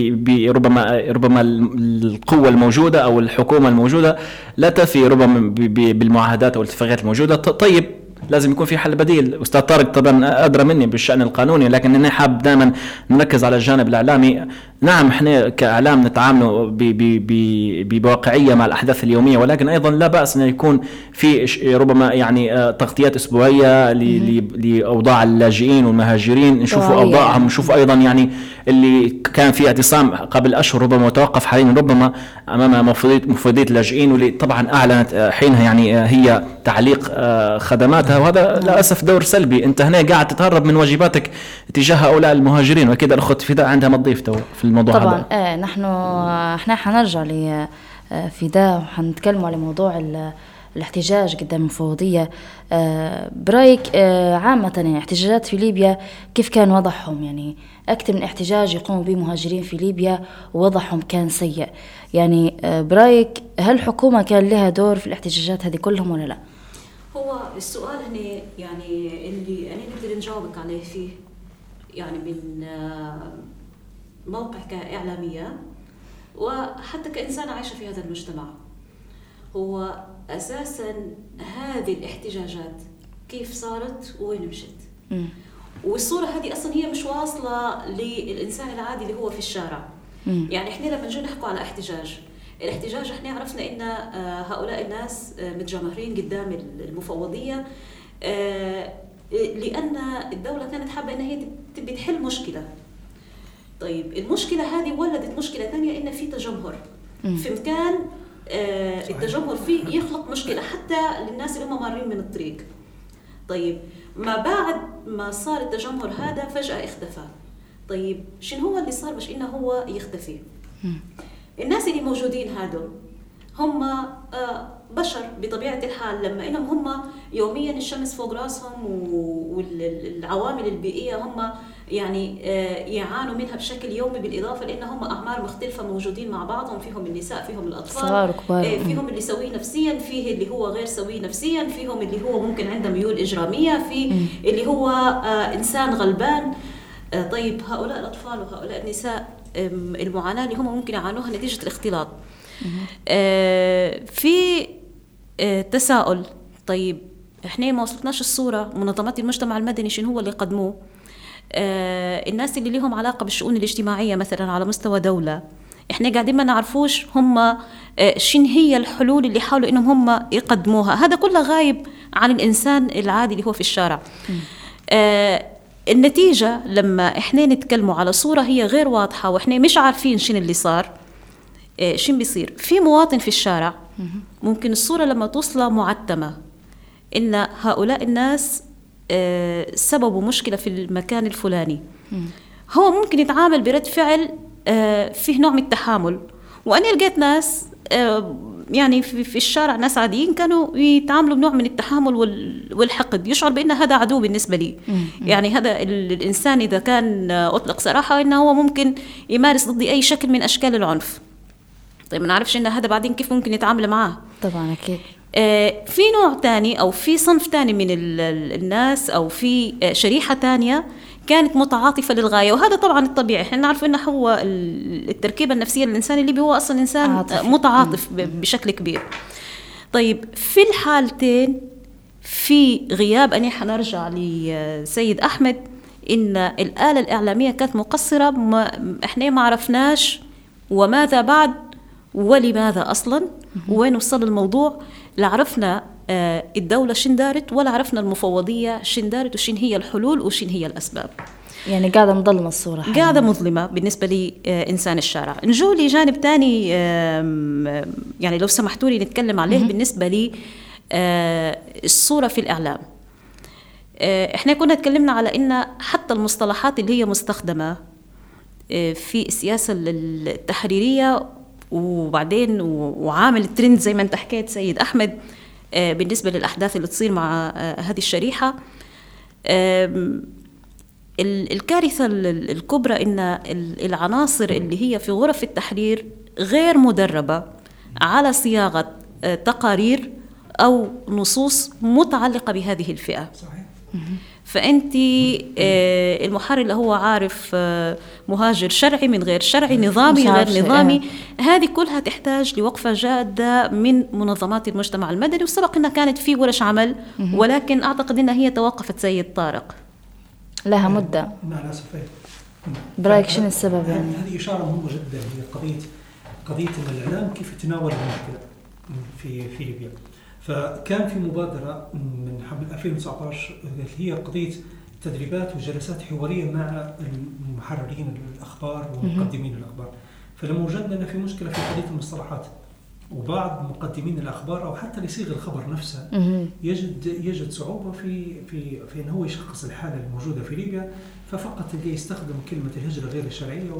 ربما القوة الموجودة أو الحكومة الموجودة لا تفي ربما بالمعاهدات أو الاتفاقيات الموجودة. طيب لازم يكون في حل بديل. أستاذ طارق طبعا أدرى مني بالشأن القانوني، لكن أنا حاب دائما نركز على الجانب الإعلامي. نعم احنا كإعلام نتعامل بواقعية مع الأحداث اليومية، ولكن أيضا لا بأس أن يكون في ربما يعني تغطيات أسبوعية لأوضاع اللاجئين والمهاجرين، نشوفوا أوضاعهم، نشوف أيضا يعني اللي كان في اعتصام قبل أشهر ربما وتوقف حاليا ربما أمام مفوضية اللاجئين، واللي طبعا أعلنت حينها يعني هي تعليق خدماتها، وهذا للأسف دور سلبي. أنت هنا قاعد تتهرب من واجباتك تجاه هؤلاء المهاجرين، وكذا الأخت فداء عندها ما تضيف في الموضوع طبعا هذا. احنا حنرجع لفداء وحنتكلم على موضوع الاحتجاج قدام المفوضية. برأيك عامة يعني الاحتجاجات في ليبيا كيف كان وضعهم؟ يعني أكثر من احتجاج يقوموا به مهاجرين في ليبيا ووضعهم كان سيء. يعني برأيك هل الحكومة كان لها دور في الاحتجاجات هذه كلهم ولا لا؟ هو السؤال هنا يعني اللي أنا نقدر نجاوبك عليه فيه يعني من موقع كإعلامية وحتى كإنسان عايشة في هذا المجتمع، هو أساساً هذه الاحتجاجات كيف صارت وين مشت. والصورة هذه أصلاً هي مش واصلة للإنسان العادي اللي هو في الشارع. يعني إحنا لما نجي نحكوا على الاحتجاج إحنا عرفنا إن هؤلاء الناس متجمهرين قدام المفوضية لأن الدولة كانت حابة إن هي تبي تحل مشكلة. طيب المشكلة هذه ولدت مشكلة ثانية، إن في تجمهر في مكان التجمهر فيه يخلق مشكلة حتى للناس اللي هم مارين من الطريق. طيب ما بعد ما صار التجمهر هذا فجأة اختفى. طيب شنو هو اللي صار باش إنه هو يختفي؟ الناس اللي موجودين هادول هم بشر بطبيعة الحال، لما إنهم هم يوميا الشمس فوق راسهم والعوامل البيئية هم يعني يعانوا منها بشكل يومي، بالإضافة لأنهم أعمار مختلفة موجودين مع بعضهم، فيهم النساء، فيهم الأطفال، فيهم اللي سوي نفسيا، فيه اللي هو غير سوي نفسيا، فيهم اللي هو ممكن عنده ميول إجرامية، في اللي هو إنسان غلبان. طيب هؤلاء الأطفال وهؤلاء النساء المعاناة اللي هم ممكن يعانوها نتيجة الاختلاط. في تساؤل، طيب احنا ما وصلتناش الصورة منظمات المجتمع المدني شنو هو اللي قدموه؟ الناس اللي لهم علاقة بالشؤون الاجتماعية مثلا على مستوى دولة، احنا قاعدين ما نعرفوش هم شن هي الحلول اللي حاولوا انهم هم يقدموها. هذا كله غايب عن الانسان العادي اللي هو في الشارع. النتيجة لما احنا نتكلموا على صورة هي غير واضحة واحنا مش عارفين شن اللي صار، شن بيصير في مواطن في الشارع، ممكن الصورة لما توصل معتمة إن هؤلاء الناس سببوا مشكلة في المكان الفلاني، هو ممكن يتعامل برد فعل فيه نوع من التحامل. وأنا لقيت ناس يعني في الشارع ناس عاديين كانوا يتعاملوا بنوع من التحامل والحقد، يشعر بأن هذا عدو بالنسبة لي. يعني هذا الإنسان إذا كان أطلق صراحة إنه هو ممكن يمارس ضدي أي شكل من أشكال العنف. طيب ما نعرفش إن هذا بعدين كيف ممكن يتعامل معاه. طبعا أكيد. في نوع تاني أو في صنف تاني من الناس أو في شريحة تانية كانت متعاطفة للغاية، وهذا طبعا الطبيعي. احنا نعرف إنه هو التركيبة النفسية للإنسان اللي هو أصلا إنسان عاطفي. متعاطف بشكل كبير. طيب في الحالتين في غياب، أنا حنرجع لسيد أحمد، إن الآلة الإعلامية كانت مقصرة، احنا ما عرفناش وماذا بعد ولماذا أصلا وين وصل الموضوع. لا عرفنا الدولة شن دارت ولا عرفنا المفوضية شن دارت وشن هي الحلول وشن هي الأسباب. يعني قاعدة مظلمة الصورة، قاعدة مظلمة بالنسبة لإنسان الشارع. نجو لجانب تاني يعني لو سمحتوا لي نتكلم عليه بالنسبة لي الصورة في الإعلام. احنا كنا تكلمنا على إن حتى المصطلحات اللي هي مستخدمة في السياسة التحريرية وبعدين وعامل الترند زي ما انت حكيت سيد أحمد بالنسبة للأحداث اللي تصير مع هذه الشريحة. الكارثة الكبرى إن العناصر اللي هي في غرف التحرير غير مدربة على صياغة تقارير أو نصوص متعلقة بهذه الفئة. صحيح. فأنت المحرر اللي هو عارف مهاجر شرعي من غير شرعي، نظامي غير نظامي، هذه كلها تحتاج لوقفة جادة من منظمات المجتمع المدني. وسبق أنها كانت في ورش عمل، ولكن أعتقد أنها هي توقفت سيد طارق لها مدة. مع الأسف. برأيك شنو السبب؟ يعني هذه إشارة مهمة جدا، هي قضية أن الإعلام كيف يتناول المشكلة في ليبيا. فكان في مبادرة من 2019 هي قضية تدريبات وجلسات حوارية مع المحررين الأخبار ومقدمين الأخبار. فلما وجدنا أن في مشكلة في قضية المصطلحات، وبعض مقدمين الأخبار أو حتى ليصيغ الخبر نفسه يجد صعوبة في أنه هو يشخص الحالة الموجودة في ليبيا، ففقط يستخدم كلمة الهجرة غير الشرعية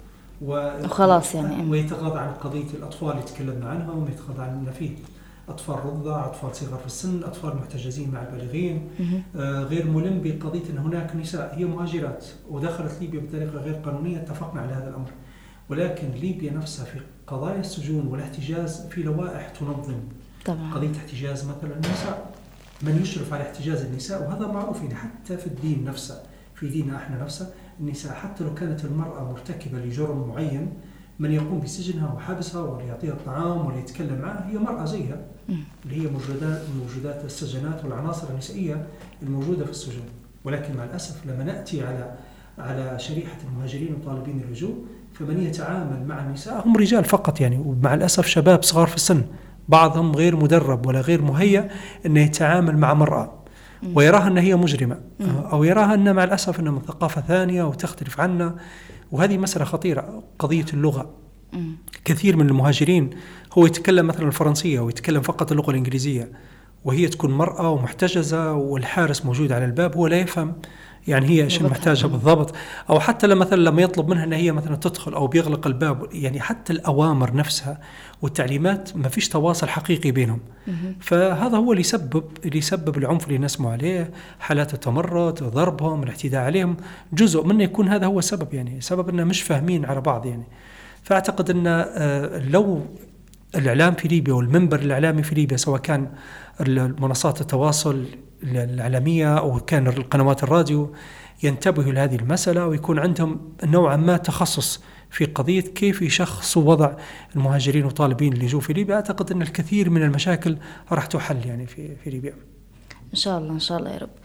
وخلاص يعني، ويتغاضى عن قضية الأطفال اللي تكلمنا عنها، ويتغاضى عن أن فيه أطفال رضع، أطفال صغار في السن، أطفال محتجزين مع البالغين، غير ملم بقضية أن هناك نساء هي مهاجرات ودخلت ليبيا بطريقة غير قانونية. اتفقنا على هذا الأمر، ولكن ليبيا نفسها في قضايا السجون والاحتجاز في لوائح تنظم طبعا قضية احتجاز مثلا النساء، من يشرف على احتجاز النساء، وهذا معروف يعني حتى في الدين نفسه، في ديننا احنا نفسه النساء حتى لو كانت المرأة مرتكبة لجرم معين، من يقوم بسجنها وحبسها ولا يعطيها الطعام ولا يتكلم معها هي مرأة زيها، اللي هي موجودات السجنات والعناصر النسائية الموجودة في السجون. ولكن مع الأسف لما نأتي على شريحة المهاجرين وطالبين اللجوء، فمن يتعامل مع النساء هم رجال فقط يعني، ومع الأسف شباب صغار في السن، بعضهم غير مدرب ولا غير مهيأ أنه يتعامل مع مرأة ويراها أنها هي مجرمة، أو يراها أنها مع الأسف أنها من ثقافة ثانية وتختلف عنا. وهذه مسألة خطيرة. قضية اللغة، كثير من المهاجرين هو يتكلم مثلا الفرنسية ويتكلم فقط اللغة الإنجليزية، وهي تكون مرأة ومحتجزة والحارس موجود على الباب، هو لا يفهم يعني هي ايش محتاجة بالضبط، او حتى لما يطلب منها ان هي مثلا تدخل او بيغلق الباب، يعني حتى الاوامر نفسها والتعليمات ما فيش تواصل حقيقي بينهم. فهذا هو اللي يسبب العنف اللي نسمع عليه، حالات التمرد، ضربهم، الاعتداء عليهم، جزء منه يكون هذا هو السبب، يعني سبب انه مش فاهمين على بعض يعني. فاعتقد ان لو الاعلام في ليبيا والمنبر الاعلامي في ليبيا، سواء كان منصات التواصل الإعلامية أو كان القنوات الراديو، ينتبهوا لهذه المسألة ويكون عندهم نوعا ما تخصص في قضية كيف يشخصوا وضع المهاجرين وطالبين اللجوء في ليبيا، أعتقد أن الكثير من المشاكل راح تحل يعني في ليبيا إن شاء الله، إن شاء الله يا رب.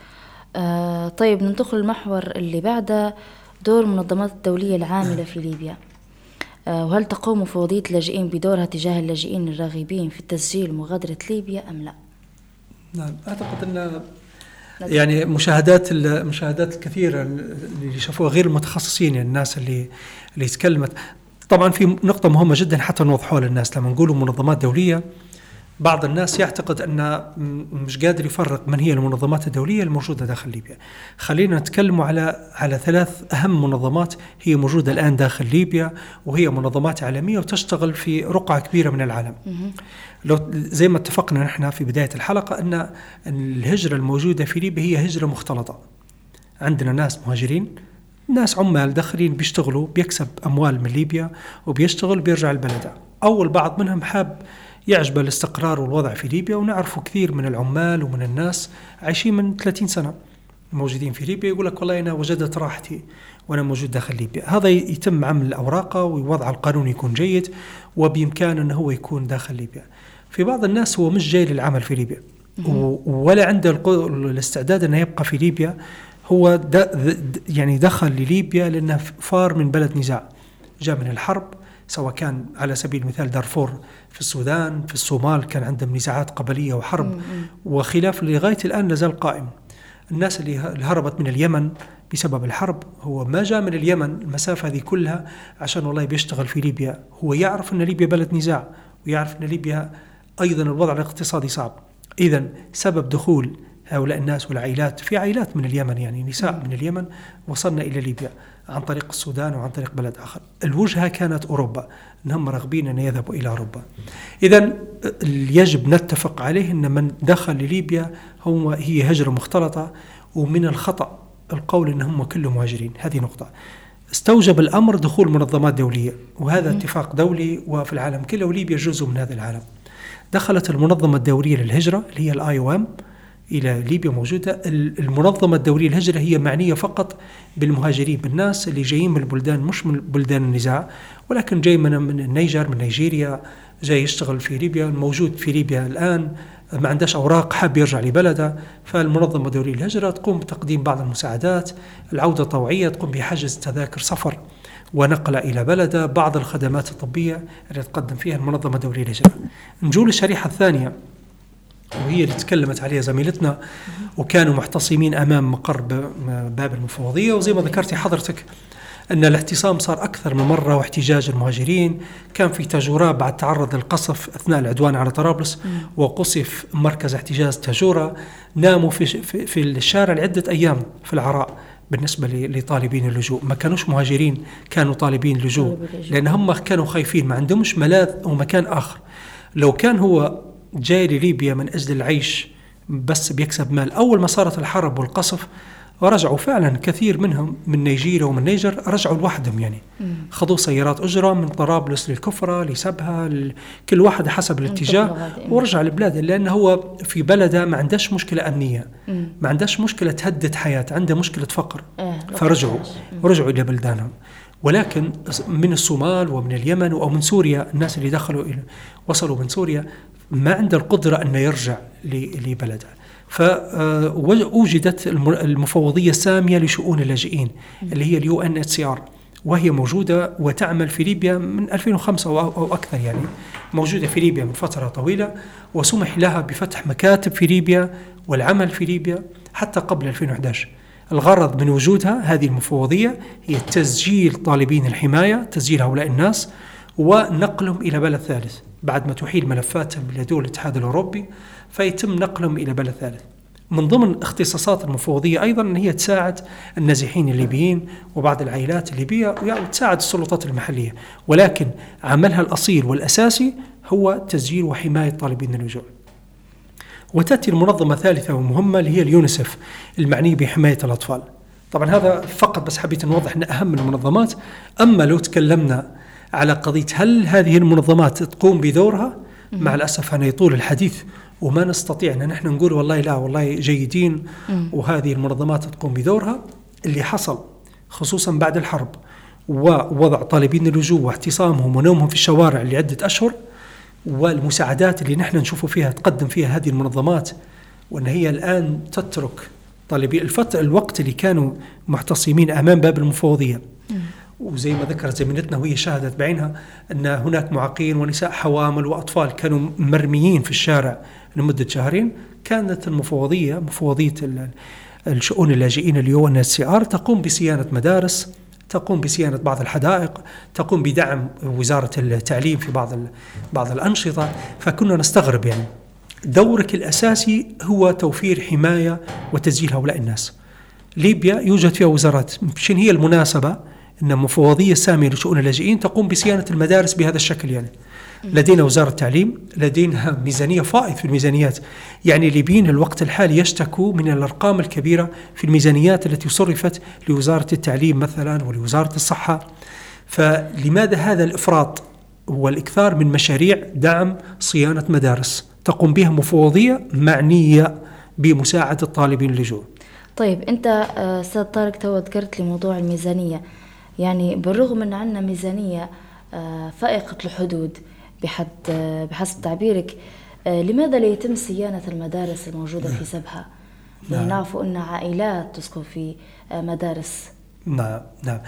طيب ننتقل للمحور اللي بعده، دور المنظمات الدولية العاملة في ليبيا، وهل تقوم مفوضية اللاجئين بدورها تجاه اللاجئين الراغبين في التسجيل ومغادرة ليبيا أم لا؟ نعم، أعتقد أن يعني مشاهدات الكثيرة اللي شافوها غير المتخصصين، يعني الناس اللي تكلمت. طبعا في نقطة مهمة جدا حتى نوضحها للناس، لما نقولوا منظمات دولية بعض الناس يعتقد أن مش قادر يفرق من هي المنظمات الدولية الموجودة داخل ليبيا. خلينا نتكلم على 3 أهم منظمات هي موجودة الآن داخل ليبيا، وهي منظمات عالمية وتشتغل في رقعة كبيرة من العالم. لو زي ما اتفقنا نحن في بداية الحلقة أن الهجرة الموجودة في ليبيا هي هجرة مختلطة. عندنا ناس مهاجرين، ناس عمال داخلين بيشتغلوا، بيكسب أموال من ليبيا وبيشتغل بيرجع البلد، أو البعض منهم حاب يعجب الاستقرار والوضع في ليبيا. ونعرفوا كثير من العمال ومن الناس عايشين من 30 سنة موجودين في ليبيا، يقول لك والله أنا وجدت راحتي وأنا موجود داخل ليبيا. هذا يتم عمل أوراقه ووضع القانون يكون جيد وبإمكانه أنه هو يكون داخل ليبيا. في بعض الناس هو مش جاي للعمل في ليبيا ولا عنده الاستعداد أنه يبقى في ليبيا، هو يعني دخل لليبيا لأنه فار من بلد نزاع، جاء من الحرب، سواء كان على سبيل المثال دارفور في السودان، في الصومال كان عندهم نزاعات قبلية وحرب وخلاف لغاية الآن لازال قائم. الناس اللي هربت من اليمن بسبب الحرب، هو ما جاء من اليمن المسافة هذه كلها عشان والله بيشتغل في ليبيا، هو يعرف أن ليبيا بلد نزاع ويعرف أن ليبيا أيضا الوضع الاقتصادي صعب. إذن سبب دخول هؤلاء الناس والعائلات، في عائلات من اليمن يعني نساء من اليمن وصلنا إلى ليبيا عن طريق السودان وعن طريق بلد آخر، الوجهة كانت أوروبا، أنهم راغبين أن يذهبوا إلى أوروبا. إذن يجب نتفق عليه أن من دخل لليبيا هي هجرة مختلطة، ومن الخطأ القول أنهم كلهم مهاجرين. هذه نقطة. استوجب الأمر دخول منظمات دولية، وهذا اتفاق دولي وفي العالم كله، وليبيا جزء من هذا العالم. دخلت المنظمة الدولية للهجرة اللي هي الIOM إلى ليبيا موجودة. المنظمة الدولية للهجرة هي معنية فقط بالمهاجرين، بالناس اللي جايين من البلدان مش من بلدان النزاع، ولكن جاي من النيجر، من نيجيريا، جاي يشتغل في ليبيا، موجود في ليبيا الآن، ما عندهش أوراق، حاب يرجع لبلده. فالمنظمة الدولية للهجرة تقوم بتقديم بعض المساعدات، العودة طوعية، تقوم بحجز تذاكر سفر ونقل إلى بلده، بعض الخدمات الطبية اللي تقدم فيها المنظمة الدولية للهجرة. نجول الشريحة الثانية وهي اللي تكلمت عليها زميلتنا، وكانوا محتصمين أمام مقر باب المفوضية. وزي ما ذكرتي حضرتك أن الاعتصام صار أكثر من مرة، واحتجاج المهاجرين، كان في تاجورة بعد تعرض للقصف أثناء العدوان على طرابلس وقصف مركز احتجاز تاجورة، ناموا في الشارع لعدة أيام في العراء. بالنسبة لطالبين اللجوء ما كانوش مهاجرين، كانوا طالبين لجوء، لأن هم كانوا خايفين، ما عندهمش ملاذ أو مكان آخر. لو كان هو جاي لليبيا من أجل العيش بس بيكسب مال، أول ما صارت الحرب والقصف ورجعوا فعلا كثير منهم من نيجيريا ومن نيجر، رجعوا لوحدهم يعني خذوا سيارات أجرة من طرابلس للكفرة لسبها، كل واحد حسب الاتجاه ورجع لبلاده، لأنه هو في بلده ما عندهش مشكلة أمنية، ما عندهش مشكلة تهدد حياة، عنده مشكلة فقر، فرجعوا إلى بلدانهم. ولكن من الصومال ومن اليمن أو من سوريا، الناس اللي وصلوا من سوريا ما عنده القدرة أن يرجع لبلده. فوجدت المفوضية السامية لشؤون اللاجئين اللي هي UNHCR، وهي موجودة وتعمل في ليبيا من 2005 أو أكثر، يعني موجودة في ليبيا من فترة طويلة، وسمح لها بفتح مكاتب في ليبيا والعمل في ليبيا حتى قبل 2011. الغرض من وجودها هذه المفوضية هي تسجيل طالبين الحماية، تسجيل هؤلاء الناس ونقلهم إلى بلد ثالث، بعد ما تحيل ملفاتهم إلى دول الاتحاد الأوروبي فيتم نقلهم إلى بلد ثالث. من ضمن اختصاصات المفوضية أيضا أن هي تساعد النازحين الليبيين وبعض العائلات الليبية وتساعد السلطات المحلية، ولكن عملها الأصيل والأساسي هو تسجيل وحماية طالبين اللجوء. وتأتي المنظمة ثالثة ومهمة اللي هي اليونيسف المعني بحماية الأطفال. طبعا هذا فقط بس حبيت نوضح أن أهم المنظمات. أما لو تكلمنا على قضية هل هذه المنظمات تقوم بدورها، مع الأسف أنا يطول الحديث وما نستطيع أن نحن نقول والله لا والله جيدين وهذه المنظمات تقوم بدورها. اللي حصل خصوصا بعد الحرب ووضع طالبين اللجوء واعتصامهم ونومهم في الشوارع لعدة أشهر، والمساعدات اللي نحن نشوف فيها تقدم فيها هذه المنظمات، وأن هي الآن تترك طالبي الوقت اللي كانوا محتصمين أمام باب المفوضية. وزي ما ذكرت زميلتنا وهي شاهدت بعينها أن هناك معاقين ونساء حوامل وأطفال كانوا مرميين في الشارع لمدة شهرين. كانت مفوضية الشؤون اللاجئين الUNHCR تقوم بصيانة مدارس، تقوم بصيانة بعض الحدائق، تقوم بدعم وزارة التعليم في بعض الأنشطة. فكنا نستغرب يعني دورك الأساسي هو توفير حماية وتسجيل هؤلاء الناس. ليبيا يوجد فيها وزارات، شن هي المناسبة أن مفوضية سامية لشؤون اللاجئين تقوم بصيانة المدارس بهذا الشكل؟ يعني لدينا وزارة التعليم، لدينا ميزانية فائض في الميزانيات. يعني الليبيين الوقت الحالي يشتكوا من الأرقام الكبيرة في الميزانيات التي صرفت لوزارة التعليم مثلا ولوزارة الصحة. فلماذا هذا الإفراط والإكثار من مشاريع دعم صيانة مدارس تقوم بها مفوضية معنية بمساعدة طالبين اللجوء؟ طيب أنت أستاذ طارق تو ذكرت لي موضوع الميزانية. يعني بالرغم من عندنا ميزانية فائقة الحدود بحسب تعبيرك، لماذا لا يتم صيانة المدارس الموجودة في سبها؟ يعني نعرف أن عائلات تسكن في مدارس. نعم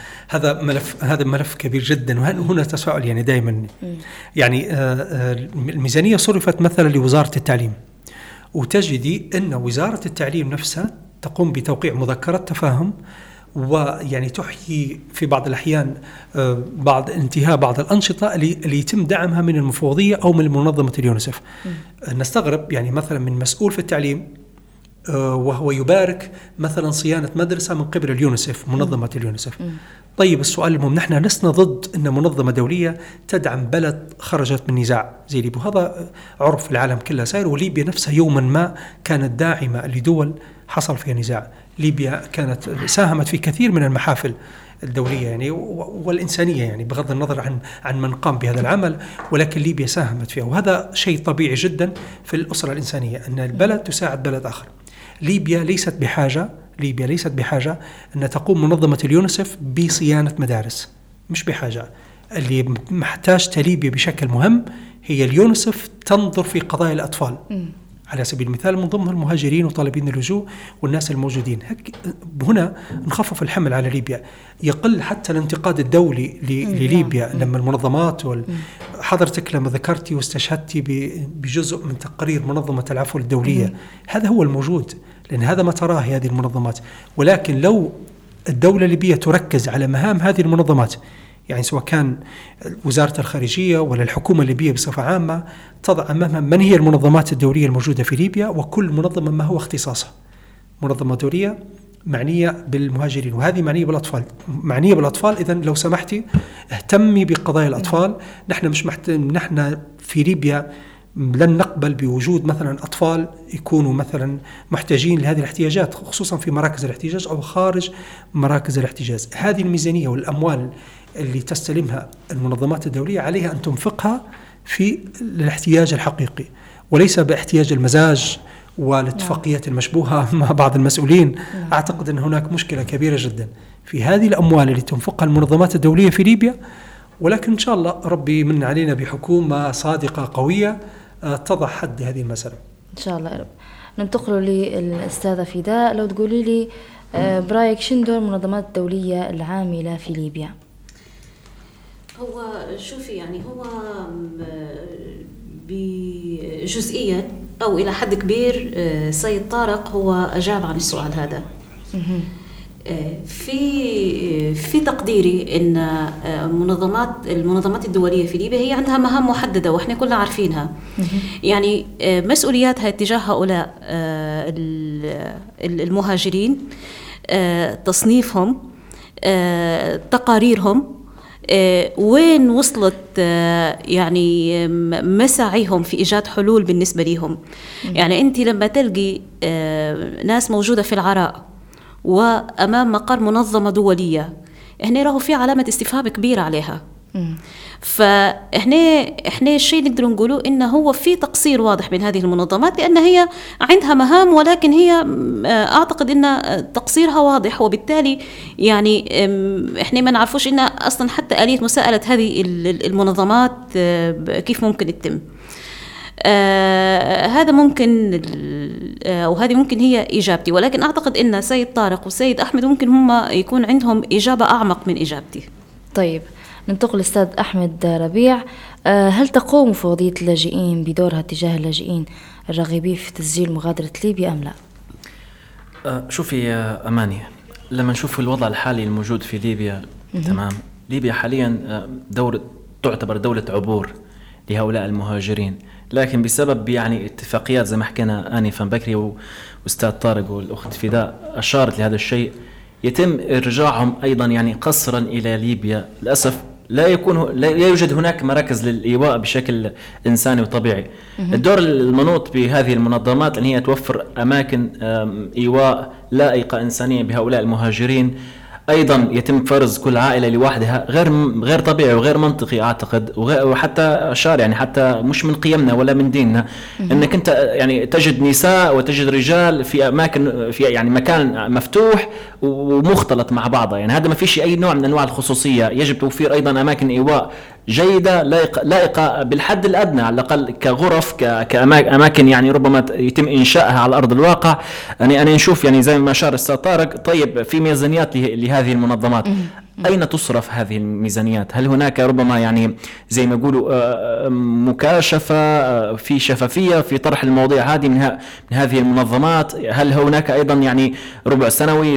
هذا ملف كبير جدا، وهنا تساؤل يعني دائما. يعني الميزانية صرفت مثلا لوزارة التعليم، وتجدي أن وزارة التعليم نفسها تقوم بتوقيع مذكرة تفاهم، ويعني تحيي في بعض الأحيان بعض انتهاء بعض الأنشطة اللي يتم دعمها من المفوضية أو من منظمة اليونيسف. نستغرب يعني مثلا من مسؤول في التعليم وهو يبارك مثلا صيانة مدرسة من قبل اليونيسف، منظمة اليونيسف. طيب السؤال المهم، نحن لسنا ضد أن منظمة دولية تدعم بلد خرجت من نزاع زي ليبيا، وهذا عرف العالم كله سائر. وليبيا نفسها يوما ما كانت داعمة لدول حصل فيها نزاع. ليبيا كانت ساهمت في كثير من المحافل الدولية يعني والإنسانية، يعني بغض النظر عن من قام بهذا العمل، ولكن ليبيا ساهمت فيها، وهذا شيء طبيعي جدا في الأسرة الإنسانية أن البلد تساعد بلد آخر. ليبيا ليست بحاجة أن تقوم منظمة اليونيسف بصيانة مدارس، مش بحاجة. اللي محتاج ليبيا بشكل مهم هي اليونيسف تنظر في قضايا الأطفال على سبيل المثال، من ضمن المهاجرين وطالبين اللجوء والناس الموجودين. هنا نخفف الحمل على ليبيا، يقل حتى الانتقاد الدولي لليبيا لما المنظمات حضرتك لما ذكرتي واستشهدتي بجزء من تقرير منظمة العفو الدولية، هذا هو الموجود، لأن هذا ما تراه هذه المنظمات. ولكن لو الدولة الليبية تركز على مهام هذه المنظمات، يعني سواء كان وزارة الخارجية ولا الحكومة الليبية بصفة عامة، تضع أمامها من هي المنظمات الدولية الموجودة في ليبيا، وكل منظمة ما هو اختصاصها. منظمة دولية معنية بالمهاجرين، وهذه معنية بالأطفال. إذن لو سمحتي اهتمي بقضايا الأطفال. نحن في ليبيا لن نقبل بوجود مثلا أطفال يكونوا مثلا محتاجين لهذه الاحتياجات، خصوصا في مراكز الاحتجاج أو خارج مراكز الاحتجاج. هذه الميزانية والأموال اللي تستلمها المنظمات الدولية عليها أن تنفقها في الاحتياج الحقيقي، وليس باحتياج المزاج والاتفاقيات المشبوهة مع بعض المسؤولين. أعتقد أن هناك مشكلة كبيرة جدا في هذه الأموال اللي تنفقها المنظمات الدولية في ليبيا. ولكن إن شاء الله ربي من علينا بحكومة صادقة قوية تضع حد هذه المسألة إن شاء الله. رب ننتقل للأستاذة فداء، لو تقولي لي برأيك شن دور المنظمات الدولية العاملة في ليبيا؟ هو شوفي يعني هو بجزئية أو إلى حد كبير سيد طارق هو أجاب عن السؤال هذا. في تقديري ان المنظمات الدوليه في ليبيا هي عندها مهام محدده واحنا كلنا عارفينها. يعني مسؤولياتها تجاه هؤلاء المهاجرين، تصنيفهم، تقاريرهم، وين وصلت يعني مساعيهم في إيجاد حلول بالنسبة لهم. يعني أنت لما تلقي ناس موجودة في العراء وأمام مقر منظمة دولية، هنا راهو في علامة استفهام كبيرة عليها. فإحنا الشيء نقدر نقوله إنه هو في تقصير واضح من هذه المنظمات، لأن هي عندها مهام ولكن هي أعتقد إن تقصيرها واضح، وبالتالي يعني إحنا ما نعرفوش إن أصلا حتى آلية مساءلة هذه المنظمات كيف ممكن تتم. هذا ممكن وهذه ممكن هي إجابتي، ولكن أعتقد إن سيد طارق والسيد أحمد ممكن هم يكون عندهم إجابة أعمق من إجابتي. طيب ننتقل للأستاذ أحمد ربيع. هل تقوم مفوضية اللاجئين بدورها تجاه اللاجئين الراغبين في تسجيل مغادرة ليبيا أم لا؟ شوفي يا أماني، لما نشوف الوضع الحالي الموجود في ليبيا، تمام، ليبيا حاليا تعتبر دولة عبور لهؤلاء المهاجرين، لكن بسبب يعني اتفاقيات زي ما حكينا آنفا بكري وأستاذ طارق والأخت فداء أشارت لهذا الشيء، يتم إرجاعهم أيضا يعني قسرا إلى ليبيا. للأسف لا يوجد هناك مراكز للإيواء بشكل إنساني وطبيعي. الدور المنوط بهذه المنظمات أن هي توفر أماكن إيواء لائقة إنسانية بهؤلاء المهاجرين. أيضا يتم فرز كل عائلة لوحدها، غير طبيعي وغير منطقي أعتقد، وحتى شار يعني حتى مش من قيمنا ولا من ديننا أنك أنت يعني تجد نساء وتجد رجال في أماكن في يعني مكان مفتوح ومختلط مع بعضها. يعني هذا ما فيش أي نوع من أنواع الخصوصية. يجب توفير أيضا أماكن إيواء جيدة لائقة بالحد الأدنى على الأقل كغرف كأماكن يعني ربما يتم إنشائها على أرض الواقع. أنا نشوف يعني زي ما أشار الأستاذ طارق، طيب في ميزانيات لهذه المنظمات، أين تصرف هذه الميزانيات؟ هل هناك ربما يعني زي ما يقولوا مكاشفة في شفافية في طرح المواضيع هذه من هذه المنظمات؟ هل هناك أيضا يعني ربع سنوي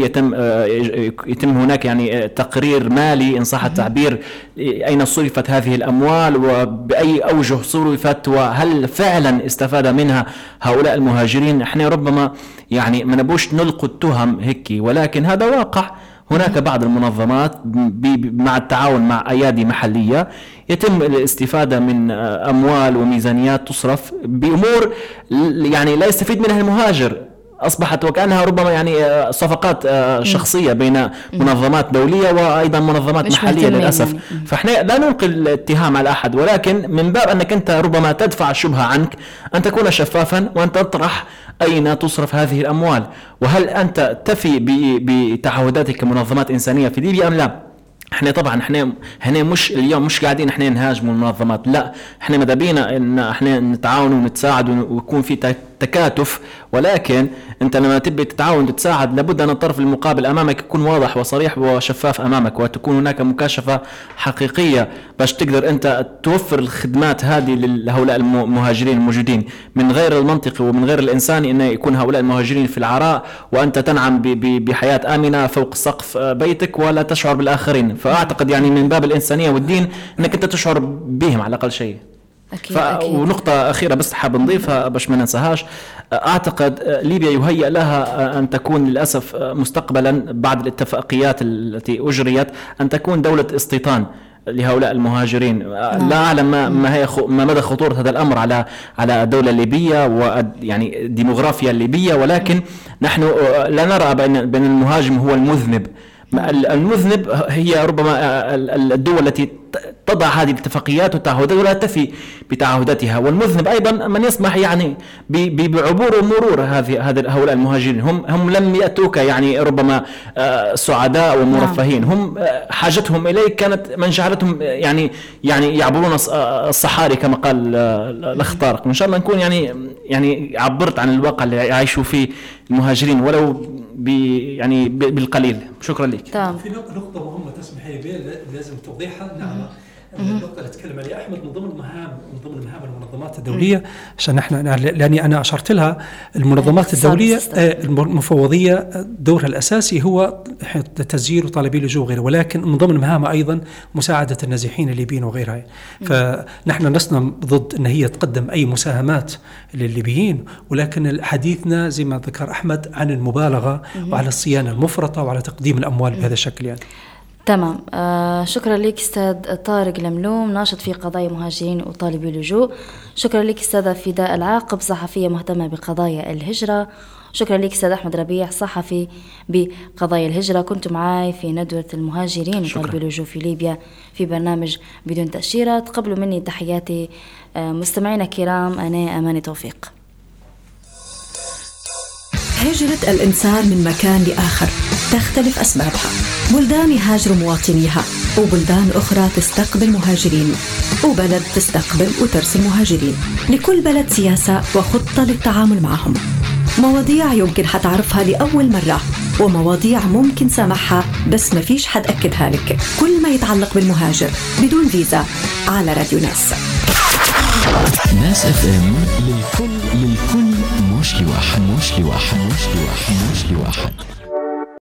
يتم هناك يعني تقرير مالي إن صح التعبير، أين صرفت هذه الأموال وبأي أوجه صرفت، وهل فعلا استفاد منها هؤلاء المهاجرين؟ احنا ربما يعني ما نبوش نلقوا التهم هيك، ولكن هذا واقع. هناك بعض المنظمات مع التعاون مع أيادي محلية يتم الاستفادة من أموال وميزانيات تصرف بأمور يعني لا يستفيد منها المهاجر، أصبحت وكأنها ربما يعني صفقات شخصية بين منظمات دولية وأيضا منظمات محلية للأسف. يعني. فإحنا لا نلقي الاتهام على أحد، ولكن من باب أنك أنت ربما تدفع الشبهة عنك أن تكون شفافا وأن تطرح أين تصرف هذه الأموال، وهل أنت تفي بتعهداتك كمنظمات إنسانية في ليبيا أم لا. احنا طبعا احنا مش اليوم مش قاعدين احنا نهاجموا المنظمات، لا، احنا ماذا بينا ان احنا نتعاون ونتساعد ويكون في تكاتف، ولكن انت لما تبي تتعاون وتتساعد لابد ان الطرف المقابل امامك يكون واضح وصريح وشفاف امامك، وتكون هناك مكاشفة حقيقية باش تقدر انت توفر الخدمات هذه لهؤلاء المهاجرين الموجودين. من غير المنطقي ومن غير الانساني ان يكون هؤلاء المهاجرين في العراء وانت تنعم بحياة آمنة فوق سقف بيتك ولا تشعر بالآخرين. فأعتقد يعني من باب الإنسانية والدين أنك أنت تشعر بهم على الأقل شيء. أكيد. ونقطة أخيرة بس حاب نضيفها باش ما ننساهاش، أعتقد ليبيا يهيأ لها أن تكون للأسف مستقبلا بعد الاتفاقيات التي أجريت أن تكون دولة استيطان لهؤلاء المهاجرين. لا أعلم ما مدى خطورة هذا الأمر على الدولة الليبية ويعني الديموغرافيا الليبية، ولكن نحن لا نرى بأن المهاجم هو المذنب. المذنب هي ربما الدول التي تضع هذه الاتفاقيات والتعهدات ولا تفي بتعهداتها، والمذنب أيضا من يسمح يعني بعبور ومرور هؤلاء المهاجرين. هم لم يأتوك يعني ربما سعداء ومرفهين، هم حاجتهم إليك كانت من جعلتهم يعني يعبرون الصحاري كما قال الأخ طارق. إن شاء الله نكون يعني عبرت عن الواقع اللي يعيشوا فيه المهاجرين ولو يعني بالقليل. شكرا لك. في نقطة مهمة تسمحي بها لازم توضيحها. نعم، النقطة اللي تكلم عليها أحمد من ضمن مهام المنظمات الدولية، عشان لأني أنا أشرت لها المنظمات الدولية المفوضية دورها الأساسي هو تسجيل طالبي اللجوء وغيره، ولكن من ضمن مهامها أيضا مساعدة النازحين الليبيين وغيرها. فنحن لسنا ضد أن هي تقدم أي مساهمات للليبيين، ولكن حديثنا زي ما ذكر أحمد عن المبالغة وعلى الصيانة المفرطة وعلى تقديم الأموال بهذا الشكل يعني. تمام. شكرا لك أستاذ طارق الملوم، ناشط في قضايا مهاجرين وطالبي اللجوء. شكرا لك أستاذة فداء العاقب، صحفية مهتمة بقضايا الهجرة. شكرا لك أستاذ أحمد ربيع، صحفي بقضايا الهجرة. كنت معاي في ندوة المهاجرين وطالبي اللجوء في ليبيا في برنامج بدون تأشيرة. تقبلوا مني تحياتي مستمعينا الكرام، أنا أماني توفيق. هجرة الإنسان من مكان لآخر تختلف أسبابها. بلدان يهاجر مواطنيها، وبلدان أخرى تستقبل مهاجرين، وبلد تستقبل وترسل مهاجرين. لكل بلد سياسة وخطة للتعامل معهم. مواضيع يمكن حتعرفها لأول مرة، ومواضيع ممكن سامحها بس ما فيش حد أكدها لك. كل ما يتعلق بالمهاجر بدون فيزا على راديو ناس. ناس اف ام، للكل مش لواحد.